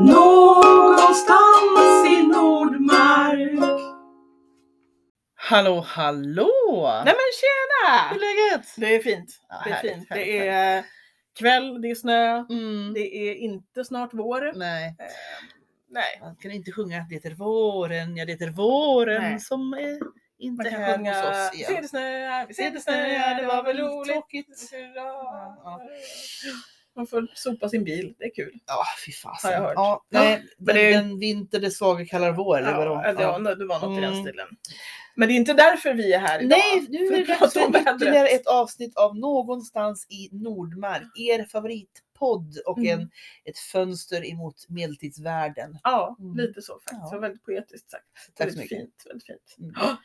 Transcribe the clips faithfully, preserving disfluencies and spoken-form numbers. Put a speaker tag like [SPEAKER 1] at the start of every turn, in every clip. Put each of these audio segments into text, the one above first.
[SPEAKER 1] Någonstans i Nordmark.
[SPEAKER 2] Hallå, hallå!
[SPEAKER 1] Nej men tjena!
[SPEAKER 2] Hur är läget?
[SPEAKER 1] Det är fint.
[SPEAKER 2] Ja,
[SPEAKER 1] det är
[SPEAKER 2] härligt,
[SPEAKER 1] fint.
[SPEAKER 2] härligt,
[SPEAKER 1] det är kväll, det är snö.
[SPEAKER 2] Mm.
[SPEAKER 1] Det är inte snart vår.
[SPEAKER 2] Nej.
[SPEAKER 1] Eh, nej.
[SPEAKER 2] Man kan inte sjunga att det är våren, ja det är våren
[SPEAKER 1] Nej.
[SPEAKER 2] som är inte
[SPEAKER 1] Man kan
[SPEAKER 2] här
[SPEAKER 1] sjunga
[SPEAKER 2] hos oss
[SPEAKER 1] vi
[SPEAKER 2] igen.
[SPEAKER 1] ser det snöa, vi ser det snöa, det var väl roligt.
[SPEAKER 2] Tråkigt.
[SPEAKER 1] Ja.
[SPEAKER 2] Ja.
[SPEAKER 1] Man får sopa sin bil, det är kul.
[SPEAKER 2] Ja, fy
[SPEAKER 1] Har
[SPEAKER 2] fasen.
[SPEAKER 1] jag hört.
[SPEAKER 2] Ja, nej,
[SPEAKER 1] men
[SPEAKER 2] den,
[SPEAKER 1] det är-
[SPEAKER 2] den vinter det svaga kallar vår, eller vadå?
[SPEAKER 1] Ja, det,
[SPEAKER 2] Ja.
[SPEAKER 1] var, det var något i den
[SPEAKER 2] Mm.
[SPEAKER 1] stilen. Men det är inte därför vi är här idag.
[SPEAKER 2] Nej, nu är det
[SPEAKER 1] För att
[SPEAKER 2] dags
[SPEAKER 1] prata om
[SPEAKER 2] för
[SPEAKER 1] vädret.
[SPEAKER 2] ytterligare ett avsnitt av Någonstans i Nordmark. Er favoritpodd och
[SPEAKER 1] Mm.
[SPEAKER 2] en, ett fönster emot medeltidsvärlden.
[SPEAKER 1] Ja,
[SPEAKER 2] Mm.
[SPEAKER 1] lite så faktiskt.
[SPEAKER 2] Ja.
[SPEAKER 1] Det var väldigt poetiskt sagt.
[SPEAKER 2] Tack så
[SPEAKER 1] väldigt
[SPEAKER 2] mycket.
[SPEAKER 1] fint, väldigt fint.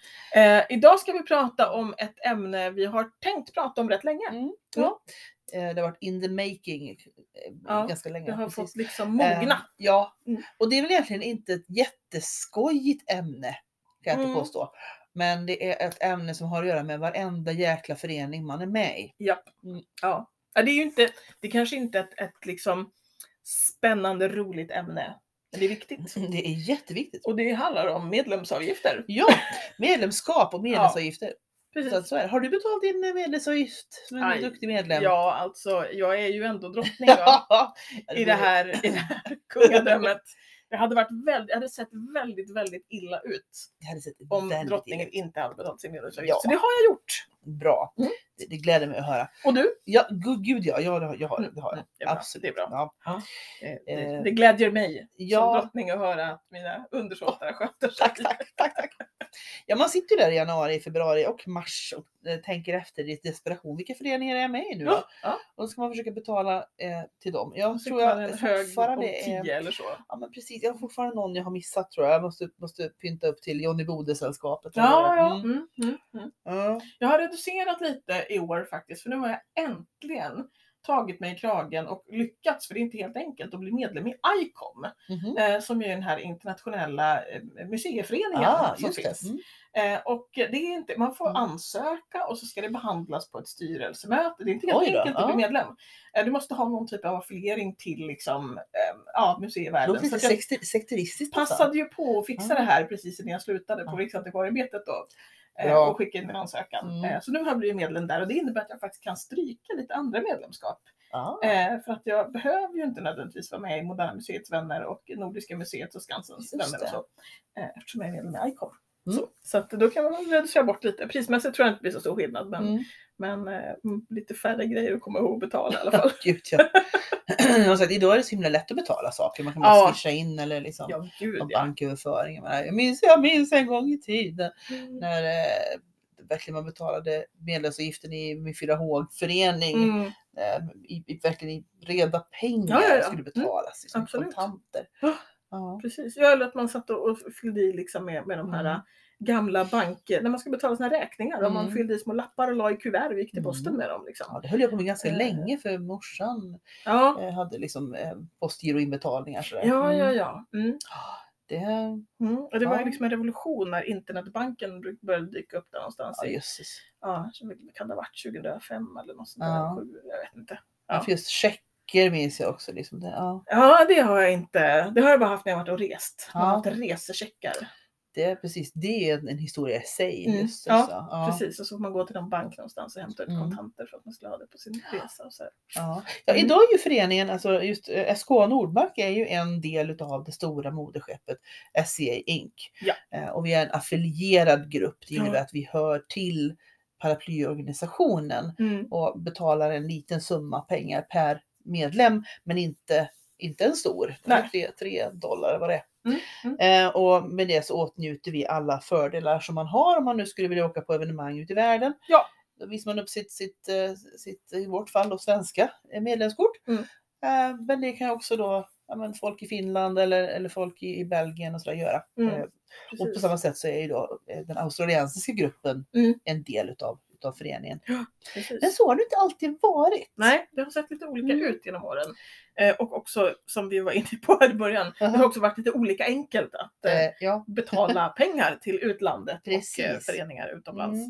[SPEAKER 2] Mm.
[SPEAKER 1] Eh, idag ska vi prata om ett ämne vi har tänkt prata om rätt länge.
[SPEAKER 2] Mm. Ja. Eh, Det har varit in the making eh,
[SPEAKER 1] Ja,
[SPEAKER 2] ganska länge.
[SPEAKER 1] Det har
[SPEAKER 2] precis.
[SPEAKER 1] fått liksom mogna.
[SPEAKER 2] Eh, ja,
[SPEAKER 1] Mm.
[SPEAKER 2] och det är väl egentligen inte ett jätteskojigt ämne, kan jag inte
[SPEAKER 1] Mm.
[SPEAKER 2] påstå. Men det är ett ämne som har att göra med varenda jäkla förening man är med i.
[SPEAKER 1] Ja.
[SPEAKER 2] Mm.
[SPEAKER 1] Ja. Ja, det är ju inte, det är kanske inte ett, ett liksom spännande, roligt ämne. Men det är viktigt.
[SPEAKER 2] Det är jätteviktigt.
[SPEAKER 1] Och det handlar om medlemsavgifter.
[SPEAKER 2] Ja, medlemskap och medlemsavgifter.
[SPEAKER 1] Precis.
[SPEAKER 2] Så att så är det. Har du betalat din medlemsavgift som en
[SPEAKER 1] Aj.
[SPEAKER 2] duktig medlem?
[SPEAKER 1] Ja, alltså jag är ju ändå drottning va?
[SPEAKER 2] Ja,
[SPEAKER 1] I, det här, i det här kungadömet. Det hade, varit väldigt, det hade sett väldigt, väldigt illa ut
[SPEAKER 2] det hade sett
[SPEAKER 1] om
[SPEAKER 2] väldigt
[SPEAKER 1] drottningen
[SPEAKER 2] illa ut.
[SPEAKER 1] inte hade betalat sin medlemsavgift.
[SPEAKER 2] Ja.
[SPEAKER 1] Så det har jag gjort.
[SPEAKER 2] Bra.
[SPEAKER 1] Mm.
[SPEAKER 2] Det, det gläder mig att höra.
[SPEAKER 1] Och du?
[SPEAKER 2] Ja, gud, gud ja, ja det, har- jag har det. det, har jag.
[SPEAKER 1] Mm, det är bra.
[SPEAKER 2] Absolut.
[SPEAKER 1] Det är bra.
[SPEAKER 2] Ja.
[SPEAKER 1] Ja. Det, det,
[SPEAKER 2] Eh,
[SPEAKER 1] det glädjer mig
[SPEAKER 2] ja.
[SPEAKER 1] som drottning att höra att mina undersåtar sköter sig.
[SPEAKER 2] Tack, tack, tack, tack. Ja, man sitter ju där i januari, februari och mars och eh, tänker efter i desperation. Vilka föreningar är jag med i nu då?
[SPEAKER 1] Ja, ja.
[SPEAKER 2] Och då ska man försöka betala eh, till dem. Jag
[SPEAKER 1] Och så
[SPEAKER 2] tror
[SPEAKER 1] tar
[SPEAKER 2] jag
[SPEAKER 1] det en hög om
[SPEAKER 2] fortfarande är...
[SPEAKER 1] tio eller så.
[SPEAKER 2] Ja, men precis. Jag har fortfarande någon jag har missat tror jag. Jag måste, måste pynta upp till Johnny Bode-sällskapet.
[SPEAKER 1] Ja, ja.
[SPEAKER 2] Mm.
[SPEAKER 1] Mm, mm, mm.
[SPEAKER 2] Ja.
[SPEAKER 1] Jag har reducerat lite i år faktiskt. För nu har jag äntligen tagit mig i kragen och lyckats, för det är inte helt enkelt, att bli medlem i I C O M.
[SPEAKER 2] Mhm.
[SPEAKER 1] Eh, som är den här internationella eh, museiföreningen
[SPEAKER 2] Ah,
[SPEAKER 1] som
[SPEAKER 2] just det.
[SPEAKER 1] finns.
[SPEAKER 2] Mm.
[SPEAKER 1] Eh, och det är inte, man får
[SPEAKER 2] Mm.
[SPEAKER 1] ansöka och så ska det behandlas på ett styrelsemöte. Det är inte helt
[SPEAKER 2] Oj då,
[SPEAKER 1] enkelt att bli
[SPEAKER 2] ja.
[SPEAKER 1] medlem. Eh, du måste ha någon typ av affiliering till liksom, eh, ja, museivärlden.
[SPEAKER 2] Låter
[SPEAKER 1] Så
[SPEAKER 2] lite
[SPEAKER 1] att jag
[SPEAKER 2] sekter- sekteristiskt. nästan.
[SPEAKER 1] passade ju på att fixa
[SPEAKER 2] Ja.
[SPEAKER 1] det här precis när jag slutade på
[SPEAKER 2] Ja.
[SPEAKER 1] Riksantikvarieämbetet då. eh,
[SPEAKER 2] Bra.
[SPEAKER 1] Och skickade in min ansökan.
[SPEAKER 2] Mm.
[SPEAKER 1] Eh, Så nu har jag blivit medlem där och det innebär att jag faktiskt kan stryka lite andra medlemskap.
[SPEAKER 2] Ja.
[SPEAKER 1] Eh, för att jag behöver ju inte nödvändigtvis vara med i Moderna Museets vänner och Nordiska Museet och Skansens
[SPEAKER 2] Just
[SPEAKER 1] vänner och
[SPEAKER 2] det.
[SPEAKER 1] så. Eh, eftersom jag är medlem i I C O M.
[SPEAKER 2] Mm.
[SPEAKER 1] Så, så att då kan man reducera bort lite. Prismässigt tror jag inte det blir så stor skillnad. Men,
[SPEAKER 2] Mm.
[SPEAKER 1] men eh, lite färre grejer att komma ihåg att betala i alla fall.
[SPEAKER 2] Gud, ja. Jag har sagt, idag är det så himla lätt att betala saker. Man kan bara
[SPEAKER 1] Ja.
[SPEAKER 2] swisha in eller liksom
[SPEAKER 1] Ja, gud
[SPEAKER 2] och
[SPEAKER 1] ja.
[SPEAKER 2] banköverföring. Jag menar, Jag minns, jag minns en gång i tiden
[SPEAKER 1] Mm.
[SPEAKER 2] när eh, verkligen man betalade medlemsavgiften i min fyra H-förening.
[SPEAKER 1] Mm.
[SPEAKER 2] Eh, i, i, verkligen i reda pengar
[SPEAKER 1] Ja, ja, ja.
[SPEAKER 2] skulle betalas i som
[SPEAKER 1] Absolut.
[SPEAKER 2] kontanter.
[SPEAKER 1] Ja.
[SPEAKER 2] Ja.
[SPEAKER 1] Precis. Ja, eller att man satt och och fyllde i liksom med, med de här
[SPEAKER 2] Mm.
[SPEAKER 1] gamla banker. När man ska betala sina räkningar. Och man
[SPEAKER 2] Mm.
[SPEAKER 1] fyllde i små lappar och la i kuvert och gick till
[SPEAKER 2] Mm.
[SPEAKER 1] posten med dem. Liksom.
[SPEAKER 2] Ja, det höll jag på med ganska
[SPEAKER 1] Eh.
[SPEAKER 2] länge för morsan
[SPEAKER 1] Ja,
[SPEAKER 2] eh, hade liksom eh, postgiroinbetalningar. sådär.
[SPEAKER 1] ja, ja.
[SPEAKER 2] Mm.
[SPEAKER 1] ja. Mm.
[SPEAKER 2] Det,
[SPEAKER 1] Mm. Och det var ju
[SPEAKER 2] Ja.
[SPEAKER 1] liksom en revolution när internetbanken började dyka upp där någonstans.
[SPEAKER 2] ja
[SPEAKER 1] i,
[SPEAKER 2] jösses.
[SPEAKER 1] ja, så kan det ha varit tjugohundrafem eller något sånt
[SPEAKER 2] Ja.
[SPEAKER 1] där. Sju, jag vet inte.
[SPEAKER 2] Ja.
[SPEAKER 1] Ja.
[SPEAKER 2] För just checker minns jag också. Liksom det, ja.
[SPEAKER 1] Ja, det har jag inte. Det har jag bara haft när jag varit och rest. Man har
[SPEAKER 2] Ja.
[SPEAKER 1] haft resecheckar.
[SPEAKER 2] Det är precis, det är en historia i sig.
[SPEAKER 1] Mm.
[SPEAKER 2] Just det,
[SPEAKER 1] Ja,
[SPEAKER 2] så. Ja.
[SPEAKER 1] Precis, och så får man gå till en bank någonstans och hämta ut
[SPEAKER 2] Mm.
[SPEAKER 1] kontanter för att man ska ha det på sin resa. Och så här.
[SPEAKER 2] Ja. Ja,
[SPEAKER 1] Mm.
[SPEAKER 2] idag är ju föreningen, alltså just eh, S K A Nordmark är ju en del av det stora moderskeppet S C A Incorporated.
[SPEAKER 1] Ja.
[SPEAKER 2] Eh, och vi är en affilierad grupp. Det innebär
[SPEAKER 1] Ja.
[SPEAKER 2] att vi hör till paraplyorganisationen
[SPEAKER 1] Mm.
[SPEAKER 2] och betalar en liten summa pengar per medlem, men inte, inte en stor.
[SPEAKER 1] Nej.
[SPEAKER 2] Tre, tre dollar vad det är.
[SPEAKER 1] Mm. Mm.
[SPEAKER 2] Eh, och med det så åtnjuter vi alla fördelar som man har om man nu skulle vilja åka på evenemang ute i världen.
[SPEAKER 1] Ja.
[SPEAKER 2] Då visar man upp sitt, sitt, eh, sitt i vårt fall då, svenska eh, medlemskort.
[SPEAKER 1] Mm.
[SPEAKER 2] Eh, men det kan också då ja, men folk i Finland eller, eller folk i, i Belgien och sådär göra.
[SPEAKER 1] Mm.
[SPEAKER 2] Eh, och på
[SPEAKER 1] Precis.
[SPEAKER 2] samma sätt så är ju då eh, den australiensiska gruppen
[SPEAKER 1] Mm.
[SPEAKER 2] en del utav, utav föreningen.
[SPEAKER 1] Precis.
[SPEAKER 2] Men så har det inte alltid varit.
[SPEAKER 1] Nej, det har sett lite olika
[SPEAKER 2] Mm.
[SPEAKER 1] ut genom åren. Eh, och också, som vi var inne på här i början, det har också varit lite olika enkelt att eh,
[SPEAKER 2] Eh, ja.
[SPEAKER 1] betala pengar till utlandet och eh,
[SPEAKER 2] Precis.
[SPEAKER 1] föreningar utomlands.
[SPEAKER 2] Mm.
[SPEAKER 1] Så.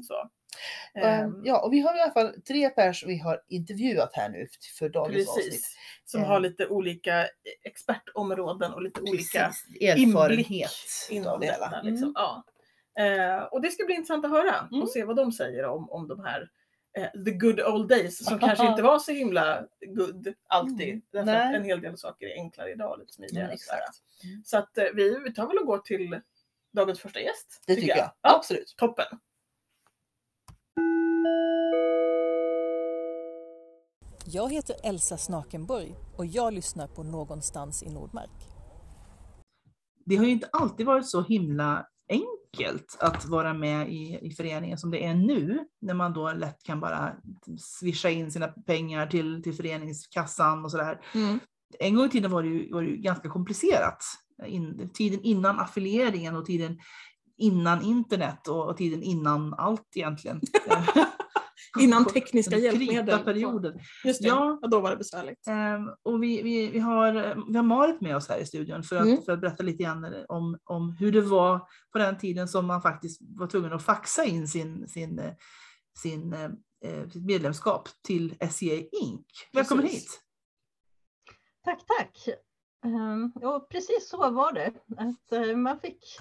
[SPEAKER 2] Um, ja, och vi har i alla fall tre personer vi har intervjuat här nu för dagens
[SPEAKER 1] Precis,
[SPEAKER 2] avsnitt.
[SPEAKER 1] som um, har lite olika expertområden och lite
[SPEAKER 2] precis,
[SPEAKER 1] olika
[SPEAKER 2] erfarenhet
[SPEAKER 1] inom det detta. Liksom. Mm. Ja. Uh, och det ska bli intressant att höra mm. och se vad de säger om, om de här uh, the good old days som kanske inte var så himla good alltid. Mm. Därför Nej. att en hel del saker är enklare idag, lite smidigare. Mm, exakt. Mm. Så att uh, vi, vi tar väl och går till dagens första gäst.
[SPEAKER 2] Det tycker jag. jag.
[SPEAKER 1] Ja,
[SPEAKER 2] absolut.
[SPEAKER 1] Toppen.
[SPEAKER 3] Jag heter Elsa Snakenborg och jag lyssnar på Någonstans i Nordmark.
[SPEAKER 2] Det har ju inte alltid varit så himla enkelt att vara med i, i föreningen som det är nu. När man då lätt kan bara swisha in sina pengar till, till föreningskassan och sådär. Mm. En gång i tiden var det ju, var det ju ganska komplicerat. In, tiden innan affilieringen och tiden innan internet och, och tiden innan allt egentligen.
[SPEAKER 1] Innan tekniska hjälpmedel.
[SPEAKER 2] Perioden.
[SPEAKER 1] Just det, ja, och då var det besvärligt.
[SPEAKER 2] Um, och vi, vi, vi, har, vi har Marit med oss här i studion för att, mm. för att berätta lite grann om, om hur det var på den tiden som man faktiskt var tvungen att faxa in sin, sin, sin, eh, sitt medlemskap till S C A Incorporated. Välkommen hit!
[SPEAKER 4] Tack, tack! Um, och precis så var det. Att uh, man fick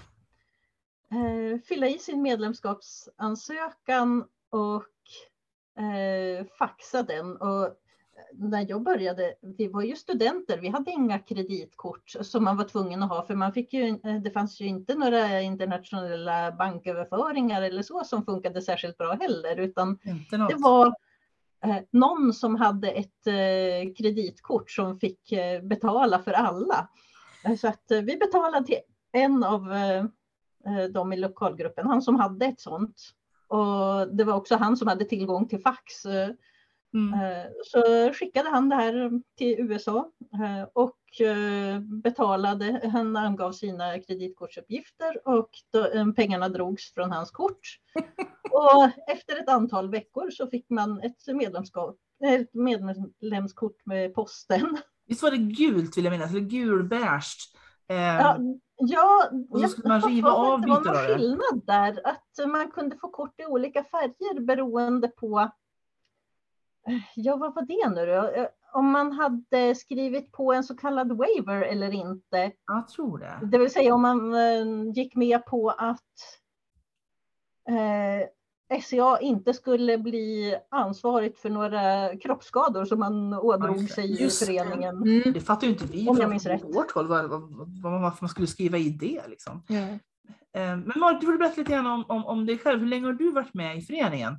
[SPEAKER 4] uh, fylla i sin medlemskapsansökan och Eh, faxa den. Och när jag började, vi var ju studenter, vi hade inga kreditkort som man var tvungen att ha, för man fick ju, det fanns ju inte några internationella banköverföringar eller så som funkade särskilt bra heller, utan det var eh, någon som hade ett eh, kreditkort som fick eh, betala för alla. Så att eh, vi betalade till en av eh, dem i lokalgruppen, han som hade ett sånt. Och det var också han som hade tillgång till fax. Mm. Så skickade han det här till U S A och betalade. Han angav sina kreditkortsuppgifter och då, pengarna drogs från hans kort. Och efter ett antal veckor så fick man ett medlemskap, ett medlemskort med posten.
[SPEAKER 2] Visst var det gult vill jag minnas, eller gulbärst. Eh,
[SPEAKER 4] ja, ja,
[SPEAKER 2] och så skulle man riva av bitar av det.
[SPEAKER 4] Det var någon skillnad där, att man kunde få kort i olika färger beroende på, ja vad var det nu då? Om man hade skrivit på en så kallad waiver eller inte.
[SPEAKER 2] Jag tror det.
[SPEAKER 4] Det vill säga om man eh, gick med på att eh, S C A inte skulle bli ansvarigt för några kroppsskador som man ådrog sig i föreningen.
[SPEAKER 2] Det. Mm. Det fattar ju inte vi om jag minns rätt. Vårt håll, var, var, var, varför man skulle skriva i det. Liksom. Mm. Men Marit, du får berätta lite grann om, om, om dig själv. Hur länge har du varit med i föreningen?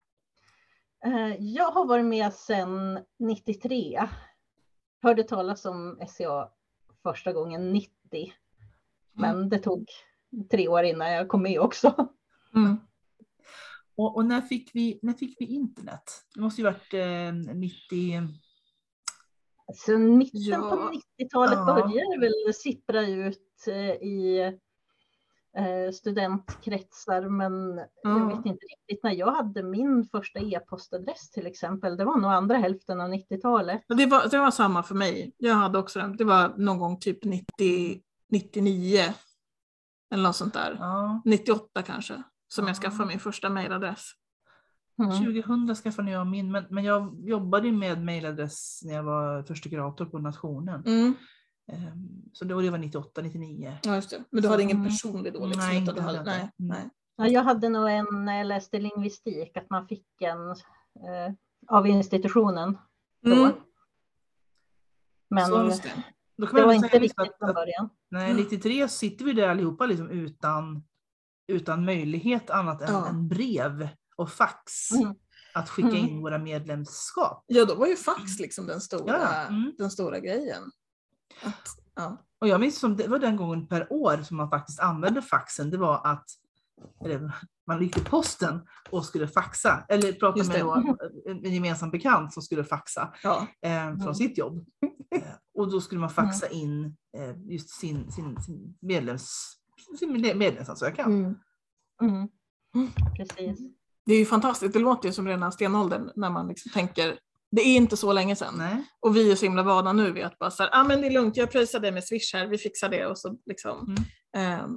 [SPEAKER 4] Jag har varit med sedan nittiotre. Hörde talas om S C A första gången nittio. Men mm. det tog tre år innan jag kom med också.
[SPEAKER 2] Mm. Och, och när, fick vi, när fick vi internet? Det måste ju varit eh, nittio...
[SPEAKER 4] Så mitten ja. på nittiotalet ja. började väl sippra ut eh, i eh, studentkretsar. Men ja. jag vet inte riktigt när jag hade min första e-postadress till exempel. Det var nog andra hälften av nittiotalet.
[SPEAKER 1] Det var, det var samma för mig. Jag hade också den. Det var någon gång typ nittio, nittionio. Eller något sånt där. Ja. nittioåtta kanske. Som jag skaffade min första mailadress.
[SPEAKER 2] Mm. tjugohundra skaffade jag min. Men, men jag jobbade med mailadress när jag var första kurator på Nationen. Mm. Um, så då det var nittioåtta nittionio.
[SPEAKER 1] Ja, just det. Men du så, hade ingen personlig då? Liksom,
[SPEAKER 2] nej,
[SPEAKER 1] du hade, nej, nej.
[SPEAKER 4] Ja, jag hade nog en, när jag läste lingvistik, att man fick en eh, av institutionen. Då. Mm. Men så, just det. Då kan det var inte riktigt från början.
[SPEAKER 2] Nej, nittiotre sitter vi där allihopa liksom utan... utan möjlighet annat än ja. en brev och fax mm. att skicka in mm. våra medlemskap.
[SPEAKER 1] Ja, då var ju fax liksom den stora, ja. mm. den stora grejen.
[SPEAKER 2] Att, ja. Och jag minns som det var den gången per år som man faktiskt använde faxen. Det var att eller, man gick till posten och skulle faxa. Eller prata med då, en gemensam bekant som skulle faxa ja. eh, från mm. sitt jobb. Eh, och då skulle man faxa mm. in eh, just sin, sin, sin medlems medlemsansökan. Mm.
[SPEAKER 4] Mm. Mm. Precis.
[SPEAKER 1] Det är ju fantastiskt. Det låter ju som rena stenåldern när man liksom tänker, det är inte så länge sedan.
[SPEAKER 2] Nej.
[SPEAKER 1] Och vi är så himla vana nu vid att bara så här, ah, men det är lugnt, jag pröjsar det med Swish här, vi fixar det och så liksom. Mm. Um,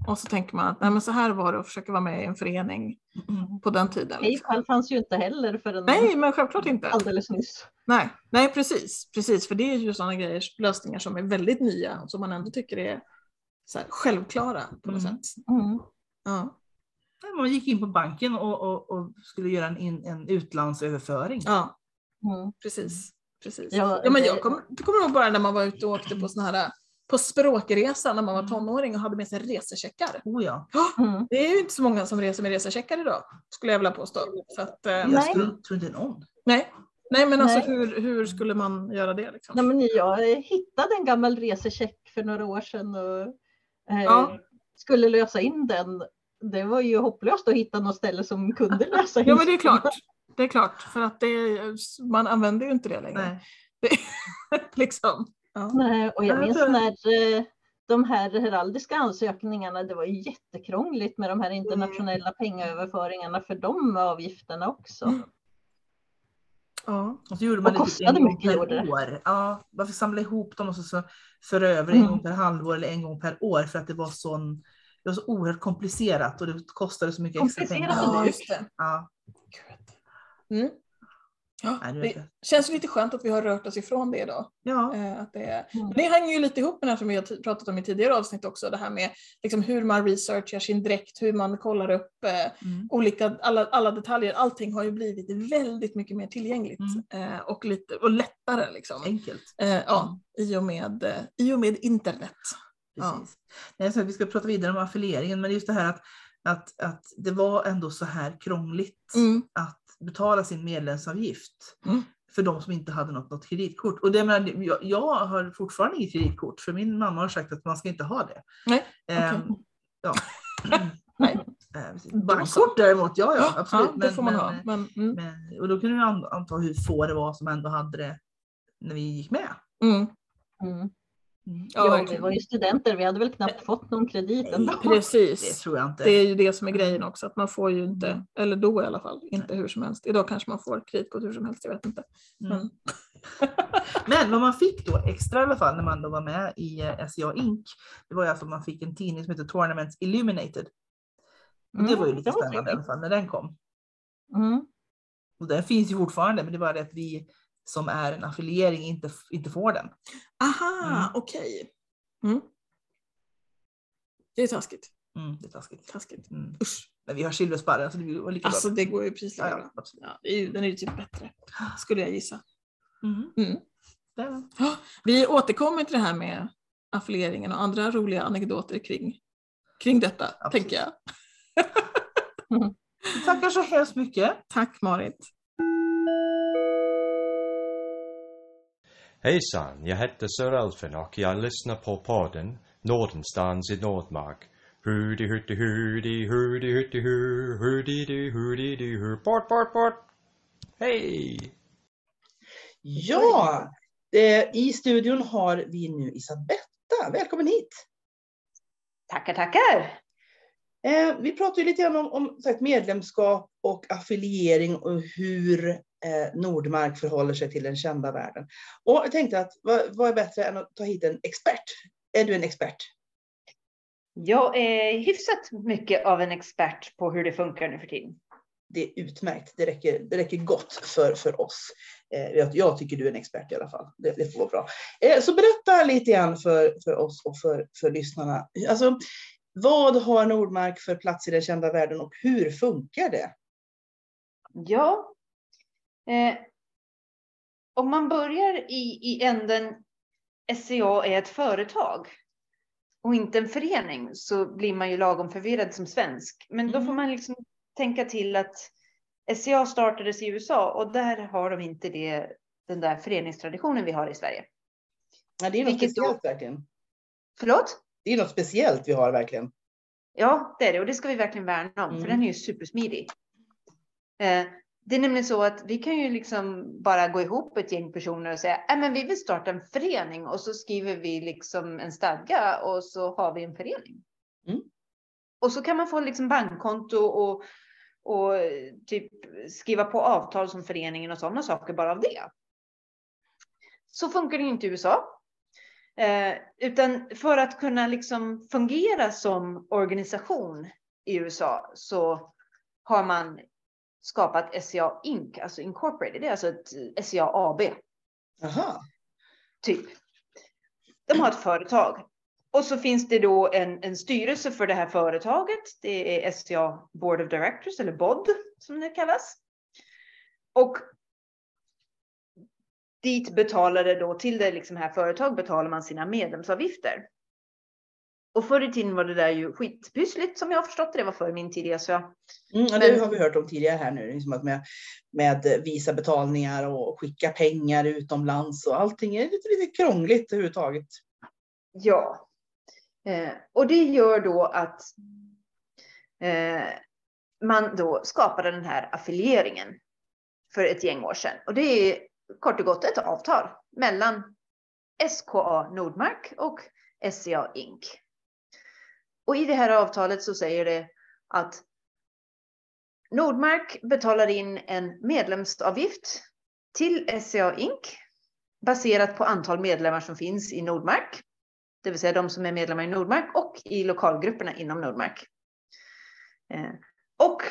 [SPEAKER 1] Och så tänker man att nej, men så här var det att försöka vara med i en förening mm. på den tiden.
[SPEAKER 4] Liksom. PayPal fanns ju inte heller för en
[SPEAKER 1] nej, men självklart inte.
[SPEAKER 4] Alldeles nyss.
[SPEAKER 1] Nej, nej precis, precis. För det är ju sådana grejer, lösningar som är väldigt nya. Som man ändå tycker är så här, självklara på något
[SPEAKER 2] mm.
[SPEAKER 1] sätt.
[SPEAKER 4] Mm.
[SPEAKER 1] Ja.
[SPEAKER 2] Man gick in på banken och, och, och skulle göra en, in, en utlandsöverföring.
[SPEAKER 1] Ja,
[SPEAKER 4] mm.
[SPEAKER 1] precis. precis.
[SPEAKER 4] Ja,
[SPEAKER 1] ja, men jag kommer kom ihåg bara när man var ute och åkte på såna här på språkresa när man var tonåring och hade med sig resecheckar.
[SPEAKER 2] Oh ja.
[SPEAKER 1] Mm. Det är ju inte så många som reser med resecheckar idag, skulle jag vilja påstå. Så att, eh,
[SPEAKER 2] jag skulle, tror inte någon.
[SPEAKER 1] Nej. Nej, men alltså hur, hur skulle man göra det? Liksom?
[SPEAKER 4] Nej, men jag hittade en gammal resecheck för några år sedan och eh,
[SPEAKER 1] ja.
[SPEAKER 4] skulle lösa in den. Det var ju hopplöst att hitta något ställe som kunde lösa in.
[SPEAKER 1] Ja, men det är klart. Det är klart, för att det, man använder ju inte det längre.
[SPEAKER 2] Nej.
[SPEAKER 1] Det, liksom. Ja.
[SPEAKER 4] Nej, och jag minns när de här heraldiska ansökningarna, det var ju jättekrångligt med de här internationella mm. pengaöverföringarna för de avgifterna också.
[SPEAKER 1] Mm. Ja.
[SPEAKER 2] Och så gjorde man
[SPEAKER 4] och
[SPEAKER 2] det en gång
[SPEAKER 4] mycket,
[SPEAKER 2] per år. Ja, man fick samla ihop dem och så, så för över en mm. gång per halvår eller en gång per år för att det var sån, det var så oerhört komplicerat och det kostade så mycket extra pengar.
[SPEAKER 1] Ja, just det.
[SPEAKER 2] Ja.
[SPEAKER 1] Mm. Ja, det känns lite skönt att vi har rört oss ifrån det idag.
[SPEAKER 2] Ja.
[SPEAKER 1] Eh, att det, är, mm. det hänger ju lite ihop med det som vi har pratat om i tidigare avsnitt också. Det här med liksom, hur man researchar sin dräkt, hur man kollar upp eh, mm. olika, alla, alla detaljer. Allting har ju blivit väldigt mycket mer tillgängligt mm. eh, och, lite, och lättare. Liksom.
[SPEAKER 2] Enkelt.
[SPEAKER 1] Eh, ja, i och med, eh, i och med internet.
[SPEAKER 2] Precis. Ja. Nej, så vi ska prata vidare om affilieringen, men just det här att, att, att det var ändå så här krångligt mm. att betala sin medlemsavgift mm. för de som inte hade något, något kreditkort. Och det, men, jag, jag har fortfarande inget kreditkort för min mamma har sagt att man ska inte ha det.
[SPEAKER 1] Nej,
[SPEAKER 2] ähm,
[SPEAKER 1] okay.
[SPEAKER 2] Ja. Nej. Bankkort däremot, ja, ja absolut.
[SPEAKER 1] Ja, det men, får man men, ha. Men, mm.
[SPEAKER 2] men, och då kunde vi anta hur få det var som ändå hade det när vi gick med.
[SPEAKER 4] Mm. Mm. Mm. Ja, ja vi var ju studenter, vi hade väl knappt fått någon kredit ändå.
[SPEAKER 1] Precis,
[SPEAKER 2] det tror jag inte.
[SPEAKER 1] Det är ju det som är grejen också, att man får ju inte, mm. eller då i alla fall, inte Nej. hur som helst. Idag kanske man får kreditkort hur som helst, jag vet inte. Mm. Men.
[SPEAKER 2] Men vad man fick då extra i alla fall när man då var med i S C A Inc, det var ju alltså att man fick en tidning som heter Tournaments Illuminated. Och mm. det var ju lite spännande i alla fall när den kom.
[SPEAKER 4] Mm.
[SPEAKER 2] Och den finns ju fortfarande, men det var det att vi som är en affiliering inte, inte får den.
[SPEAKER 1] Aha, mm. okej. Okay. Mm. Det är taskigt.
[SPEAKER 2] Mm, det är taskigt.
[SPEAKER 1] taskigt.
[SPEAKER 2] Mm. Usch. Men vi har silversparrar så det blir lika
[SPEAKER 1] alltså,
[SPEAKER 2] bra.
[SPEAKER 1] Det går ju precis lika bra.
[SPEAKER 2] Ja,
[SPEAKER 1] ja, det är ju, den är ju typ bättre, skulle jag gissa.
[SPEAKER 2] Mm.
[SPEAKER 1] Mm. Ja, vi återkommer till det här med affilieringen och andra roliga anekdoter kring, kring detta, absolut. Tänker jag.
[SPEAKER 2] mm. Tackar så hemskt mycket.
[SPEAKER 1] Tack Marit.
[SPEAKER 5] Hejsan, jag heter Sir Elfen och jag lyssnar på podden Nordenstans i Nordmark. Hurdy hurdy hurdy hurdy hurdy hurdy hurdy hurdy hurdy bort bort bort. Hej!
[SPEAKER 2] Ja, eh, i studion har vi nu Isabetta. Välkommen hit.
[SPEAKER 6] Tackar, tackar.
[SPEAKER 2] Eh, vi pratar ju lite grann om, om sagt, medlemskap och affiliering och hur eh, Nordmark förhåller sig till den kända världen. Och jag tänkte att vad, vad är bättre än att ta hit en expert? Är du en expert?
[SPEAKER 6] Jag är hyfsat mycket av en expert på hur det funkar nu för tiden.
[SPEAKER 2] Det är utmärkt. Det räcker, det räcker gott för, för oss. Eh, jag, jag tycker du är en expert i alla fall. Det, det får vara bra. Eh, så berätta lite grann för, för oss och för, för lyssnarna. Alltså, vad har Nordmark för plats i den kända världen och hur funkar det?
[SPEAKER 6] Ja, eh, om man börjar i, i änden S C A är ett företag och inte en förening så blir man ju lagom förvirrad som svensk. Men mm. då får man liksom tänka till att S C A startades i U S A och där har de inte det, den där föreningstraditionen vi har i Sverige.
[SPEAKER 2] Ja, det är något Vilket speciellt då... verkligen.
[SPEAKER 6] Förlåt?
[SPEAKER 2] Det är något speciellt vi har verkligen.
[SPEAKER 6] Ja, det är det. Och det ska vi verkligen värna om. Mm. För den är ju supersmidig. Eh, det är nämligen så att vi kan ju liksom bara gå ihop ett gäng personer och säga äh, men vi vill starta en förening. Och så skriver vi liksom en stadga och så har vi en förening.
[SPEAKER 2] Mm.
[SPEAKER 6] Och så kan man få liksom bankkonto och, och typ skriva på avtal som föreningen och sådana saker bara av det. Så funkar det inte i U S A. Eh, utan för att kunna liksom fungera som organisation i U S A så har man skapat S C A Incorporated, alltså Incorporated, det är alltså ett S C A A B.
[SPEAKER 2] Aha.
[SPEAKER 6] Typ. De har ett företag. Och så finns det då en, en styrelse för det här företaget. Det är S C A Board of Directors, eller B O D som det kallas. Och dit betalade då, till det liksom här företag betalar man sina medlemsavgifter. Och förr i tiden var det där ju skitpyssligt som jag har förstått det. Det var för min tid. Så.
[SPEAKER 2] Mm, men det har vi hört om tidigare här nu. Liksom att med, med visa betalningar och skicka pengar utomlands och allting är lite, lite krångligt överhuvudtaget.
[SPEAKER 6] Ja. Eh, och det gör då att eh, man då skapade den här affilieringen för ett gäng år sedan. Och det är kort och gott ett avtal mellan S K A Nordmark och S C A Incorporated. Och i det här avtalet så säger det att Nordmark betalar in en medlemsavgift till S C A Incorporated baserat på antal medlemmar som finns i Nordmark. Det vill säga de som är medlemmar i Nordmark och i lokalgrupperna inom Nordmark. Eh, och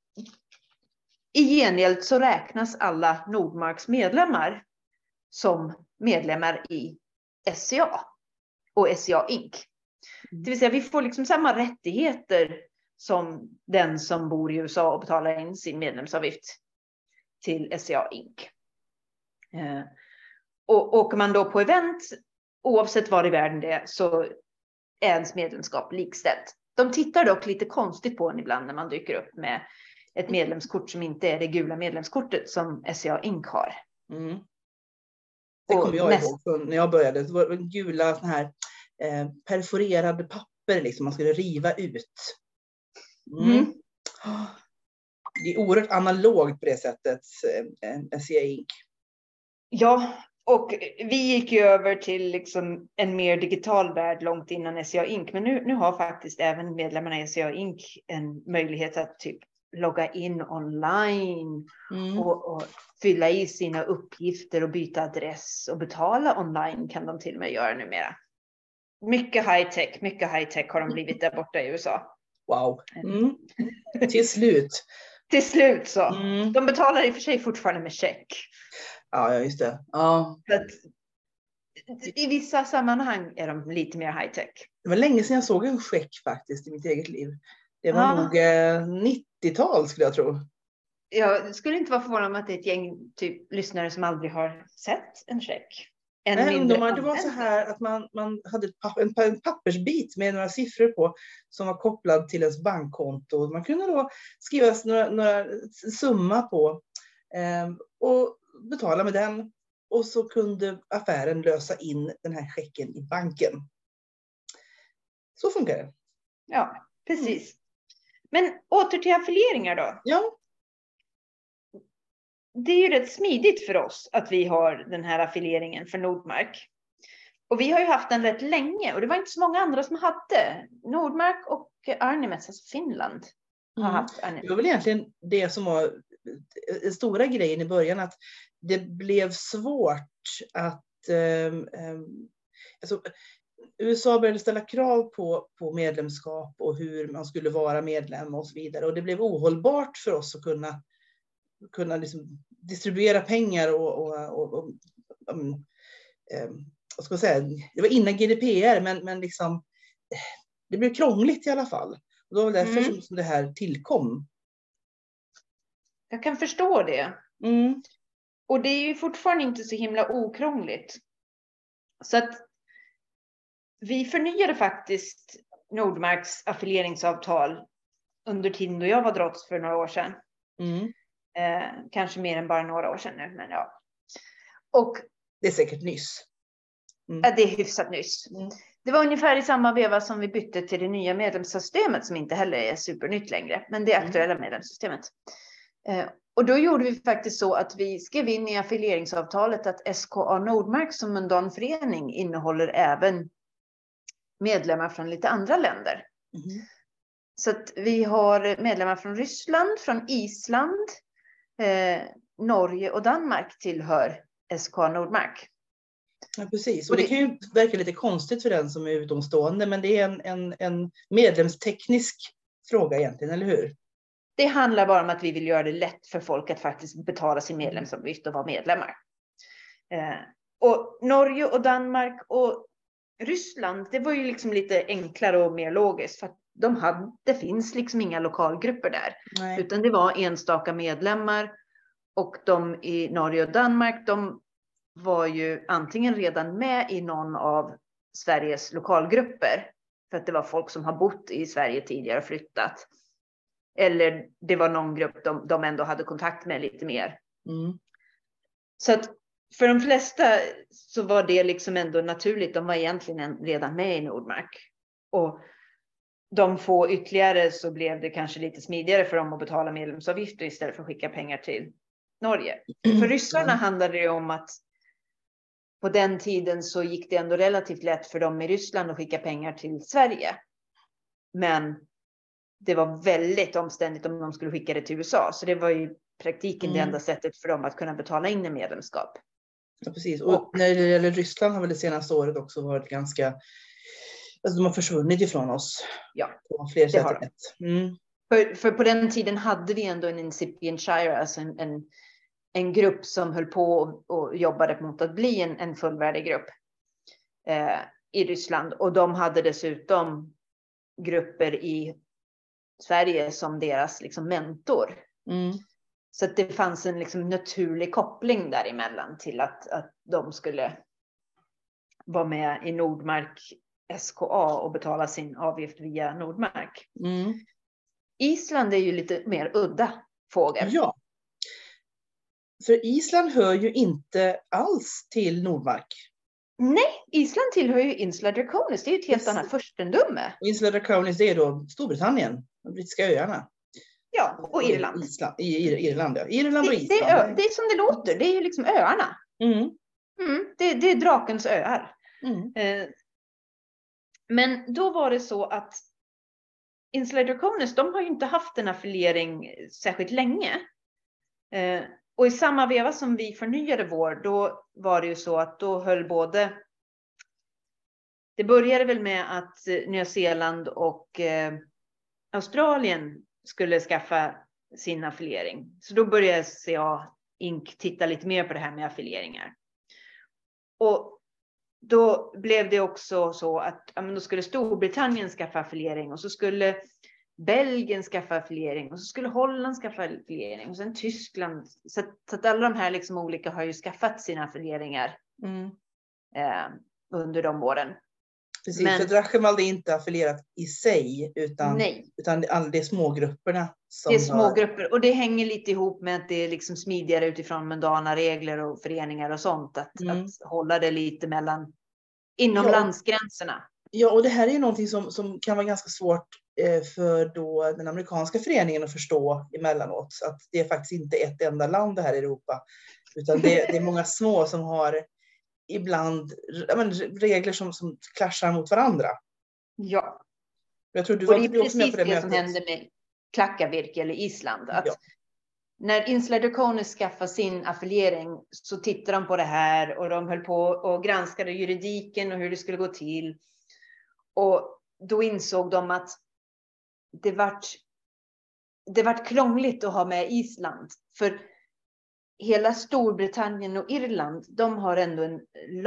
[SPEAKER 6] i gengäld så räknas alla Nordmarks medlemmar som medlemmar i S C A och S C A Incorporated. Det vill säga vi får liksom samma rättigheter som den som bor i U S A och betalar in sin medlemsavgift till S C A Incorporated. Eh, och åker man då på event, oavsett var i världen det är, så är ens medlemskap likställt. De tittar dock lite konstigt på en ibland när man dyker upp med ett medlemskort som inte är det gula medlemskortet som S C A Incorporated har.
[SPEAKER 2] Mm. Det kommer jag
[SPEAKER 6] näst...
[SPEAKER 2] ihåg från när jag började. Det var gula såna här eh, perforerade papper liksom man skulle riva ut. Mm. Mm. Det är oerhört analogt på det sättet, eh, S C A Incorporated.
[SPEAKER 6] Ja, och vi gick ju över till liksom en mer digital värld långt innan S C A Incorporated. Men nu, nu har faktiskt även medlemmarna i S C A Incorporated en möjlighet att typ logga in online mm. och, och fylla i sina uppgifter och byta adress och betala online kan de till och med göra numera. Mycket high tech, mycket high tech har de blivit där borta i U S A.
[SPEAKER 2] Wow. Mm. Till slut.
[SPEAKER 6] Till slut så. Mm. De betalar i och för sig fortfarande med check.
[SPEAKER 2] Ja, just det. Ja.
[SPEAKER 6] Så att, i vissa sammanhang är de lite mer high tech.
[SPEAKER 2] Det var länge sedan jag såg en check faktiskt i mitt eget liv. Det var ja. nog eh, nittiotal skulle jag tro.
[SPEAKER 6] Jag skulle inte vara förvånad om att det är ett gäng typ lyssnare som aldrig har sett en check. En
[SPEAKER 2] Nej, ungdomar, det var så här att man, man hade ett papp, en, en pappersbit med några siffror på som var kopplad till ens bankkonto. Man kunde då skriva några, några summa på eh, och betala med den. Och så kunde affären lösa in den här checken i banken. Så funkar det.
[SPEAKER 6] Ja, precis. Men åter till affilieringar då.
[SPEAKER 2] Ja.
[SPEAKER 6] Det är ju rätt smidigt för oss att vi har den här affilieringen för Nordmark. Och vi har ju haft den rätt länge. Och det var inte så många andra som hade. Nordmark och Arnimet, alltså Finland, har
[SPEAKER 2] mm.
[SPEAKER 6] haft Arnimet.
[SPEAKER 2] Det var väl egentligen det som var den stora grejen i början. Att det blev svårt att... Um, um, alltså, U S A började ställa krav på, på medlemskap och hur man skulle vara medlem och så vidare. Och det blev ohållbart för oss att kunna, kunna liksom distribuera pengar. Och, och, och, och um, um, vad ska jag säga? Det var innan G D P R, men, men liksom, det blev krångligt i alla fall. Och det var därför mm. som, som det här tillkom.
[SPEAKER 6] Jag kan förstå det.
[SPEAKER 2] Mm.
[SPEAKER 6] Och det är ju fortfarande inte så himla okrångligt. Så att vi förnyade faktiskt Nordmarks affilieringsavtal under tiden då jag var drotts för några år sedan.
[SPEAKER 2] Mm.
[SPEAKER 6] Eh, kanske mer än bara några år sedan nu, men ja. Och
[SPEAKER 2] det är säkert nyss.
[SPEAKER 6] Mm. Ja, det är hyfsat nyss. Mm. Det var ungefär i samma veva som vi bytte till det nya medlemssystemet som inte heller är supernytt längre, men det aktuella mm. medlemssystemet. Eh, och då gjorde vi faktiskt så att vi skrev in i affilieringsavtalet att S K A Nordmark som mundan förening innehåller även medlemmar från lite andra länder. Mm. Så att vi har medlemmar från Ryssland, från Island, eh, Norge och Danmark tillhör S K A Nordmark.
[SPEAKER 2] Ja, precis. Och det kan ju verka lite konstigt för den som är utomstående, men det är en, en, en medlemsteknisk fråga egentligen, eller hur?
[SPEAKER 6] Det handlar bara om att vi vill göra det lätt för folk att faktiskt betala sin medlemsavgift och vara medlemmar. Eh, och Norge och Danmark och Ryssland, det var ju liksom lite enklare och mer logiskt. För att de hade, det finns liksom inga lokalgrupper där.
[SPEAKER 2] Nej.
[SPEAKER 6] Utan det var enstaka medlemmar. Och de i Norge och Danmark, de var ju antingen redan med i någon av Sveriges lokalgrupper. För att det var folk som har bott i Sverige tidigare och flyttat. Eller det var någon grupp de, de ändå hade kontakt med lite mer.
[SPEAKER 2] Mm.
[SPEAKER 6] Så att för de flesta så var det liksom ändå naturligt. De var egentligen redan med i Nordmark. Och de få ytterligare så blev det kanske lite smidigare för dem att betala medlemsavgifter istället för att skicka pengar till Norge. För ryssarna handlade det om att på den tiden så gick det ändå relativt lätt för dem i Ryssland att skicka pengar till Sverige. Men det var väldigt omständigt om de skulle skicka det till U S A. Så det var ju praktiken mm. det enda sättet för dem att kunna betala in en medlemskap.
[SPEAKER 2] Ja, precis. Och, och när det gäller Ryssland har väl det senaste året också varit ganska... Alltså de har försvunnit ifrån oss.
[SPEAKER 6] Ja,
[SPEAKER 2] på fler
[SPEAKER 6] det
[SPEAKER 2] sätt
[SPEAKER 6] har
[SPEAKER 2] än mm.
[SPEAKER 6] för, för på den tiden hade vi ändå en incipient shire, alltså en, en, en grupp som höll på och, och jobbade mot att bli en, en fullvärdig grupp eh, i Ryssland. Och de hade dessutom grupper i Sverige som deras liksom mentor. Mm. Så att det fanns en liksom naturlig koppling däremellan till att, att de skulle vara med i Nordmark S K A och betala sin avgift via Nordmark. Mm. Island är ju lite mer udda fågel.
[SPEAKER 2] Ja. För Island hör ju inte alls till Nordmark.
[SPEAKER 6] Nej, Island tillhör ju Insula Draconis. Det är ju ett helt annat furstendöme.
[SPEAKER 2] Insula Draconis, det är då Storbritannien, de brittiska öarna.
[SPEAKER 6] Ja, och Irland.
[SPEAKER 2] Island, i, i, Irland, ja. Irland och
[SPEAKER 6] det,
[SPEAKER 2] Island.
[SPEAKER 6] Det är, det är som det låter, det är ju liksom öarna. Mm. Mm, det, det är drakens öar. Mm. Eh, men då var det så att Insula Draconis, de har ju inte haft en affiliering särskilt länge. Eh, och i samma veva som vi förnyade vår, då var det ju så att då höll både... Det började väl med att Nya Zeeland och eh, Australien skulle skaffa sin affiliering. Så då började C A Inc titta lite mer på det här med affilieringar. Och då blev det också så att ja, men då skulle Storbritannien skaffa affiliering och så skulle Belgien skaffa affiliering och så skulle Holland skaffa affiliering och sen Tyskland. Så att, så att alla de här liksom olika har ju skaffat sina affilieringar mm. eh, under de åren.
[SPEAKER 2] Precis, men, för Drachemwald är inte affilierat i sig utan,
[SPEAKER 6] nej.
[SPEAKER 2] utan det är smågrupperna. Som
[SPEAKER 6] det är smågrupper har... och det hänger lite ihop med att det är liksom smidigare utifrån mundana regler och föreningar och sånt. Att, mm. att hålla det lite mellan inom ja. landsgränserna.
[SPEAKER 2] Ja, och det här är någonting som, som kan vara ganska svårt eh, för då den amerikanska föreningen att förstå emellanåt. Så att det är faktiskt inte ett enda land det här i Europa. Utan det, det är många små som har ibland men, regler som, som klaschar mot varandra.
[SPEAKER 6] Ja.
[SPEAKER 2] Jag tror du
[SPEAKER 6] och
[SPEAKER 2] var
[SPEAKER 6] det är precis
[SPEAKER 2] med på det,
[SPEAKER 6] det som hände med Klakkavirke eller Island. Att
[SPEAKER 2] ja.
[SPEAKER 6] När Insula Draconis skaffade sin affiliering så tittade de på det här och de höll på och granskade juridiken och hur det skulle gå till. Och då insåg de att det vart, det vart krångligt att ha med Island. För hela Storbritannien och Irland, de har ändå en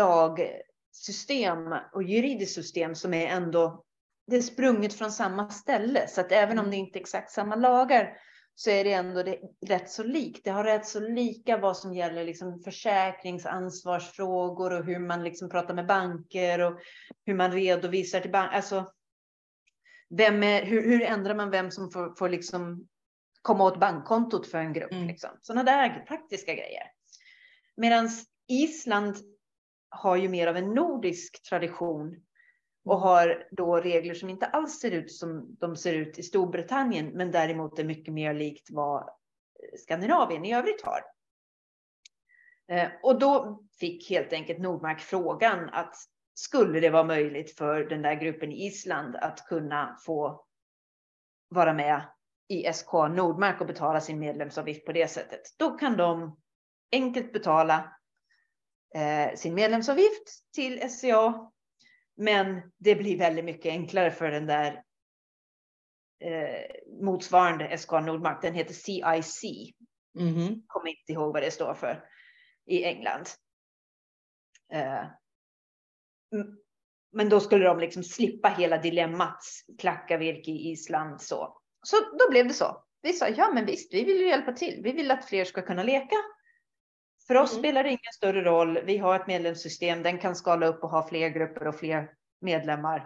[SPEAKER 6] lagsystem och juridiskt system som är ändå, det är sprunget från samma ställe. Så att även om det inte är exakt samma lagar så är det ändå det, rätt så likt. Det har rätt så lika vad som gäller liksom försäkringsansvarsfrågor och hur man liksom pratar med banker och hur man redovisar till bank. Alltså, vem är, hur, hur ändrar man vem som får, får liksom komma åt bankkontot för en grupp? Mm. Liksom. Sådana där praktiska grejer. Medan Island har ju mer av en nordisk tradition och har då regler som inte alls ser ut som de ser ut i Storbritannien. Men däremot är mycket mer likt vad Skandinavien i övrigt har. Eh, och då fick helt enkelt Nordmark frågan att skulle det vara möjligt för den där gruppen i Island att kunna få vara med i S K A Nordmark och betala sin medlemsavgift på det sättet. Då kan de enkelt betala eh, sin medlemsavgift till S C A. Men det blir väldigt mycket enklare för den där eh, motsvarande S K A Nordmark. Den heter C I C.
[SPEAKER 2] Mm.
[SPEAKER 6] Kommer inte ihåg vad det står för i England. Eh, men då skulle de liksom slippa hela dilemmat klackavirke i Island. Så. så då blev det så. Vi sa, ja men visst, vi vill ju hjälpa till. Vi vill att fler ska kunna leka. För oss mm. spelar det ingen större roll. Vi har ett medlemssystem. Den kan skala upp och ha fler grupper och fler medlemmar.